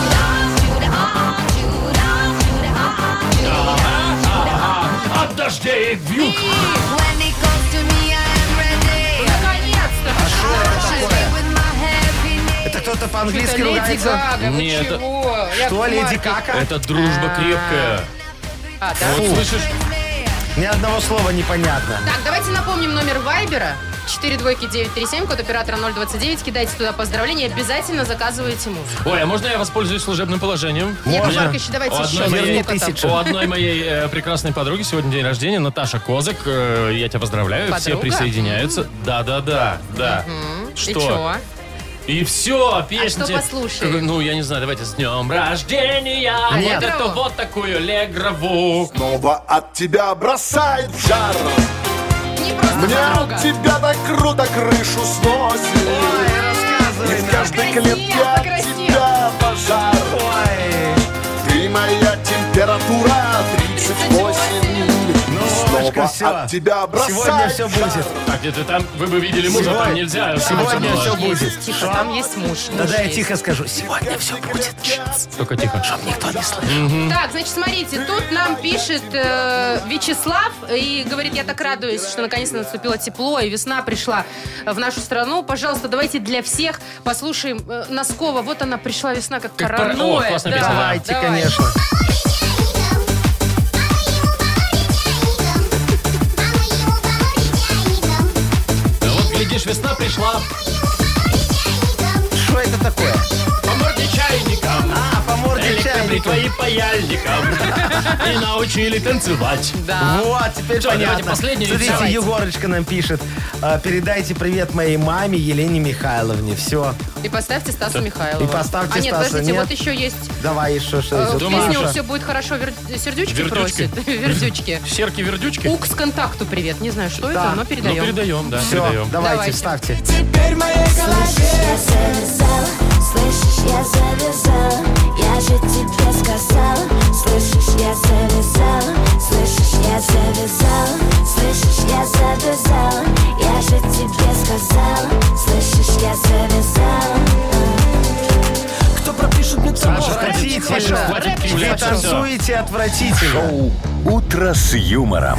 От дождей вьюг. Наконец-то! Это кто-то по-английски Это Леди ругается? Гага, вы Нет, это- чего? Что, Яков Леди Маркович? Кака? Это дружба крепкая. А, да? Вот слышишь? Ни одного слова непонятно. Так, давайте напомним номер Вайбера. четыре двойки девять три семь, код оператора ноль двадцать девять. Кидайте туда поздравления. Обязательно заказывайте музыку. Ой, а можно я воспользуюсь служебным положением? Яков Можно. Маркович, давайте У еще. одной моей сколько там? тысячи. У одной моей э, прекрасной подруги сегодня день рождения, Наташа Козак. Э, я тебя поздравляю, все Подруга? присоединяются. Да-да-да, да. М, Что? И чё? И все, песня. что тебе- послушаем? Как- Ну, я не знаю, давайте с днем рождения. Вот Аллегрову? это вот такую аллегрову. Снова от тебя бросает в жар. Не просто Мне подруга. от тебя так круто крышу сносит. И в каждой клетке Наконец-то, от красиво. тебя пожар. Ты моя температура тридцать восемь. Вовочка, Снова всё. от тебя бросает Сегодня все жар. будет. Так, это там, вы бы видели мужа, Сегодня- там нельзя. сегодня Там всё было. будет. Есть, тихо, там есть муж. Тогда Муж я есть. тихо скажу. Сегодня все будет. Только тихо. Никто не слышит. Так, значит, смотрите, тут нам пишет э, Вячеслав и говорит, я так радуюсь, что наконец-то наступило тепло и весна пришла в нашу страну. Пожалуйста, давайте для всех послушаем э, Носкова. Вот она пришла весна, как, Как пар- паранойя. О, классная песня, да. Давайте, давай. конечно. А вот, глядишь, весна пришла. Что это такое? По морде чайником. А, по морде чайника. твои паяльником и научили танцевать. Да. Вот, теперь Всё, понятно. давайте последнее и Смотрите, всё. Егорочка нам пишет. э, Передайте привет моей маме Елене Михайловне. Все. И поставьте Стасу Михайлову. И поставьте А нет, Стаса, подождите, нет? вот еще есть Давай еще что э, идет. Маша. песню «Все будет хорошо», вер- сердючки Вердючки. просит. Вердючки. Серки-вердючки? Укс контакту привет. Не знаю, что это, но Ну, передаем. передаем, да, Все, передаем. давайте, Давайте. вставьте. Теперь в моей голове я завязала, слышишь, я завязала. Я же тебе сказала, слышишь, я завязала, слышишь, я завязала, слышишь, я завязала. Я же тебе сказала, слышишь, я завязала. Кто пропишет мне Саша, цену? хватит, Отвратительно. хватит Вы кривляться, всё. танцуете отвратительно. Шоу «Утро с юмором».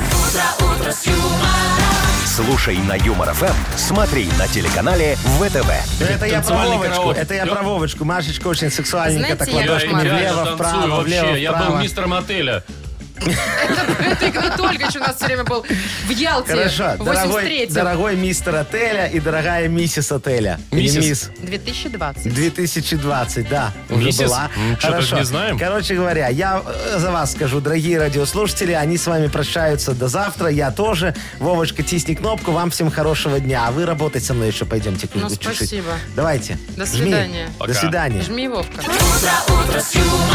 Слушай на Юмор ФМ, смотри на телеканале ВТВ. Это я про Танцевальный Вовочку. караоке. Это я Всё. про Вовочку. Машечка очень сексуальненько, Знаете, так я- Я ладошками реально влево, танцую вправо, вообще. влево, Я был вправо. мистером отеля. Это Игнат Ольгович у нас все время был в Ялте. Хорошо, в дорогой, восемьдесят третьем. дорогой мистер отеля и дорогая миссис отеля. Или Миссис. мисс. две тысячи двадцать. две тысячи двадцать, да, уже Миссис? была. М, что-то Хорошо. не знаем. Короче говоря, я э, за вас скажу, дорогие радиослушатели, они с вами прощаются до завтра, я тоже. Вовочка, тисни кнопку, вам всем хорошего дня. А вы работать со мной еще пойдемте Ну, чуть-чуть. спасибо. Давайте. До Жми. свидания. До Пока. свидания. Жми, Вовка. Утро, утро с юмором.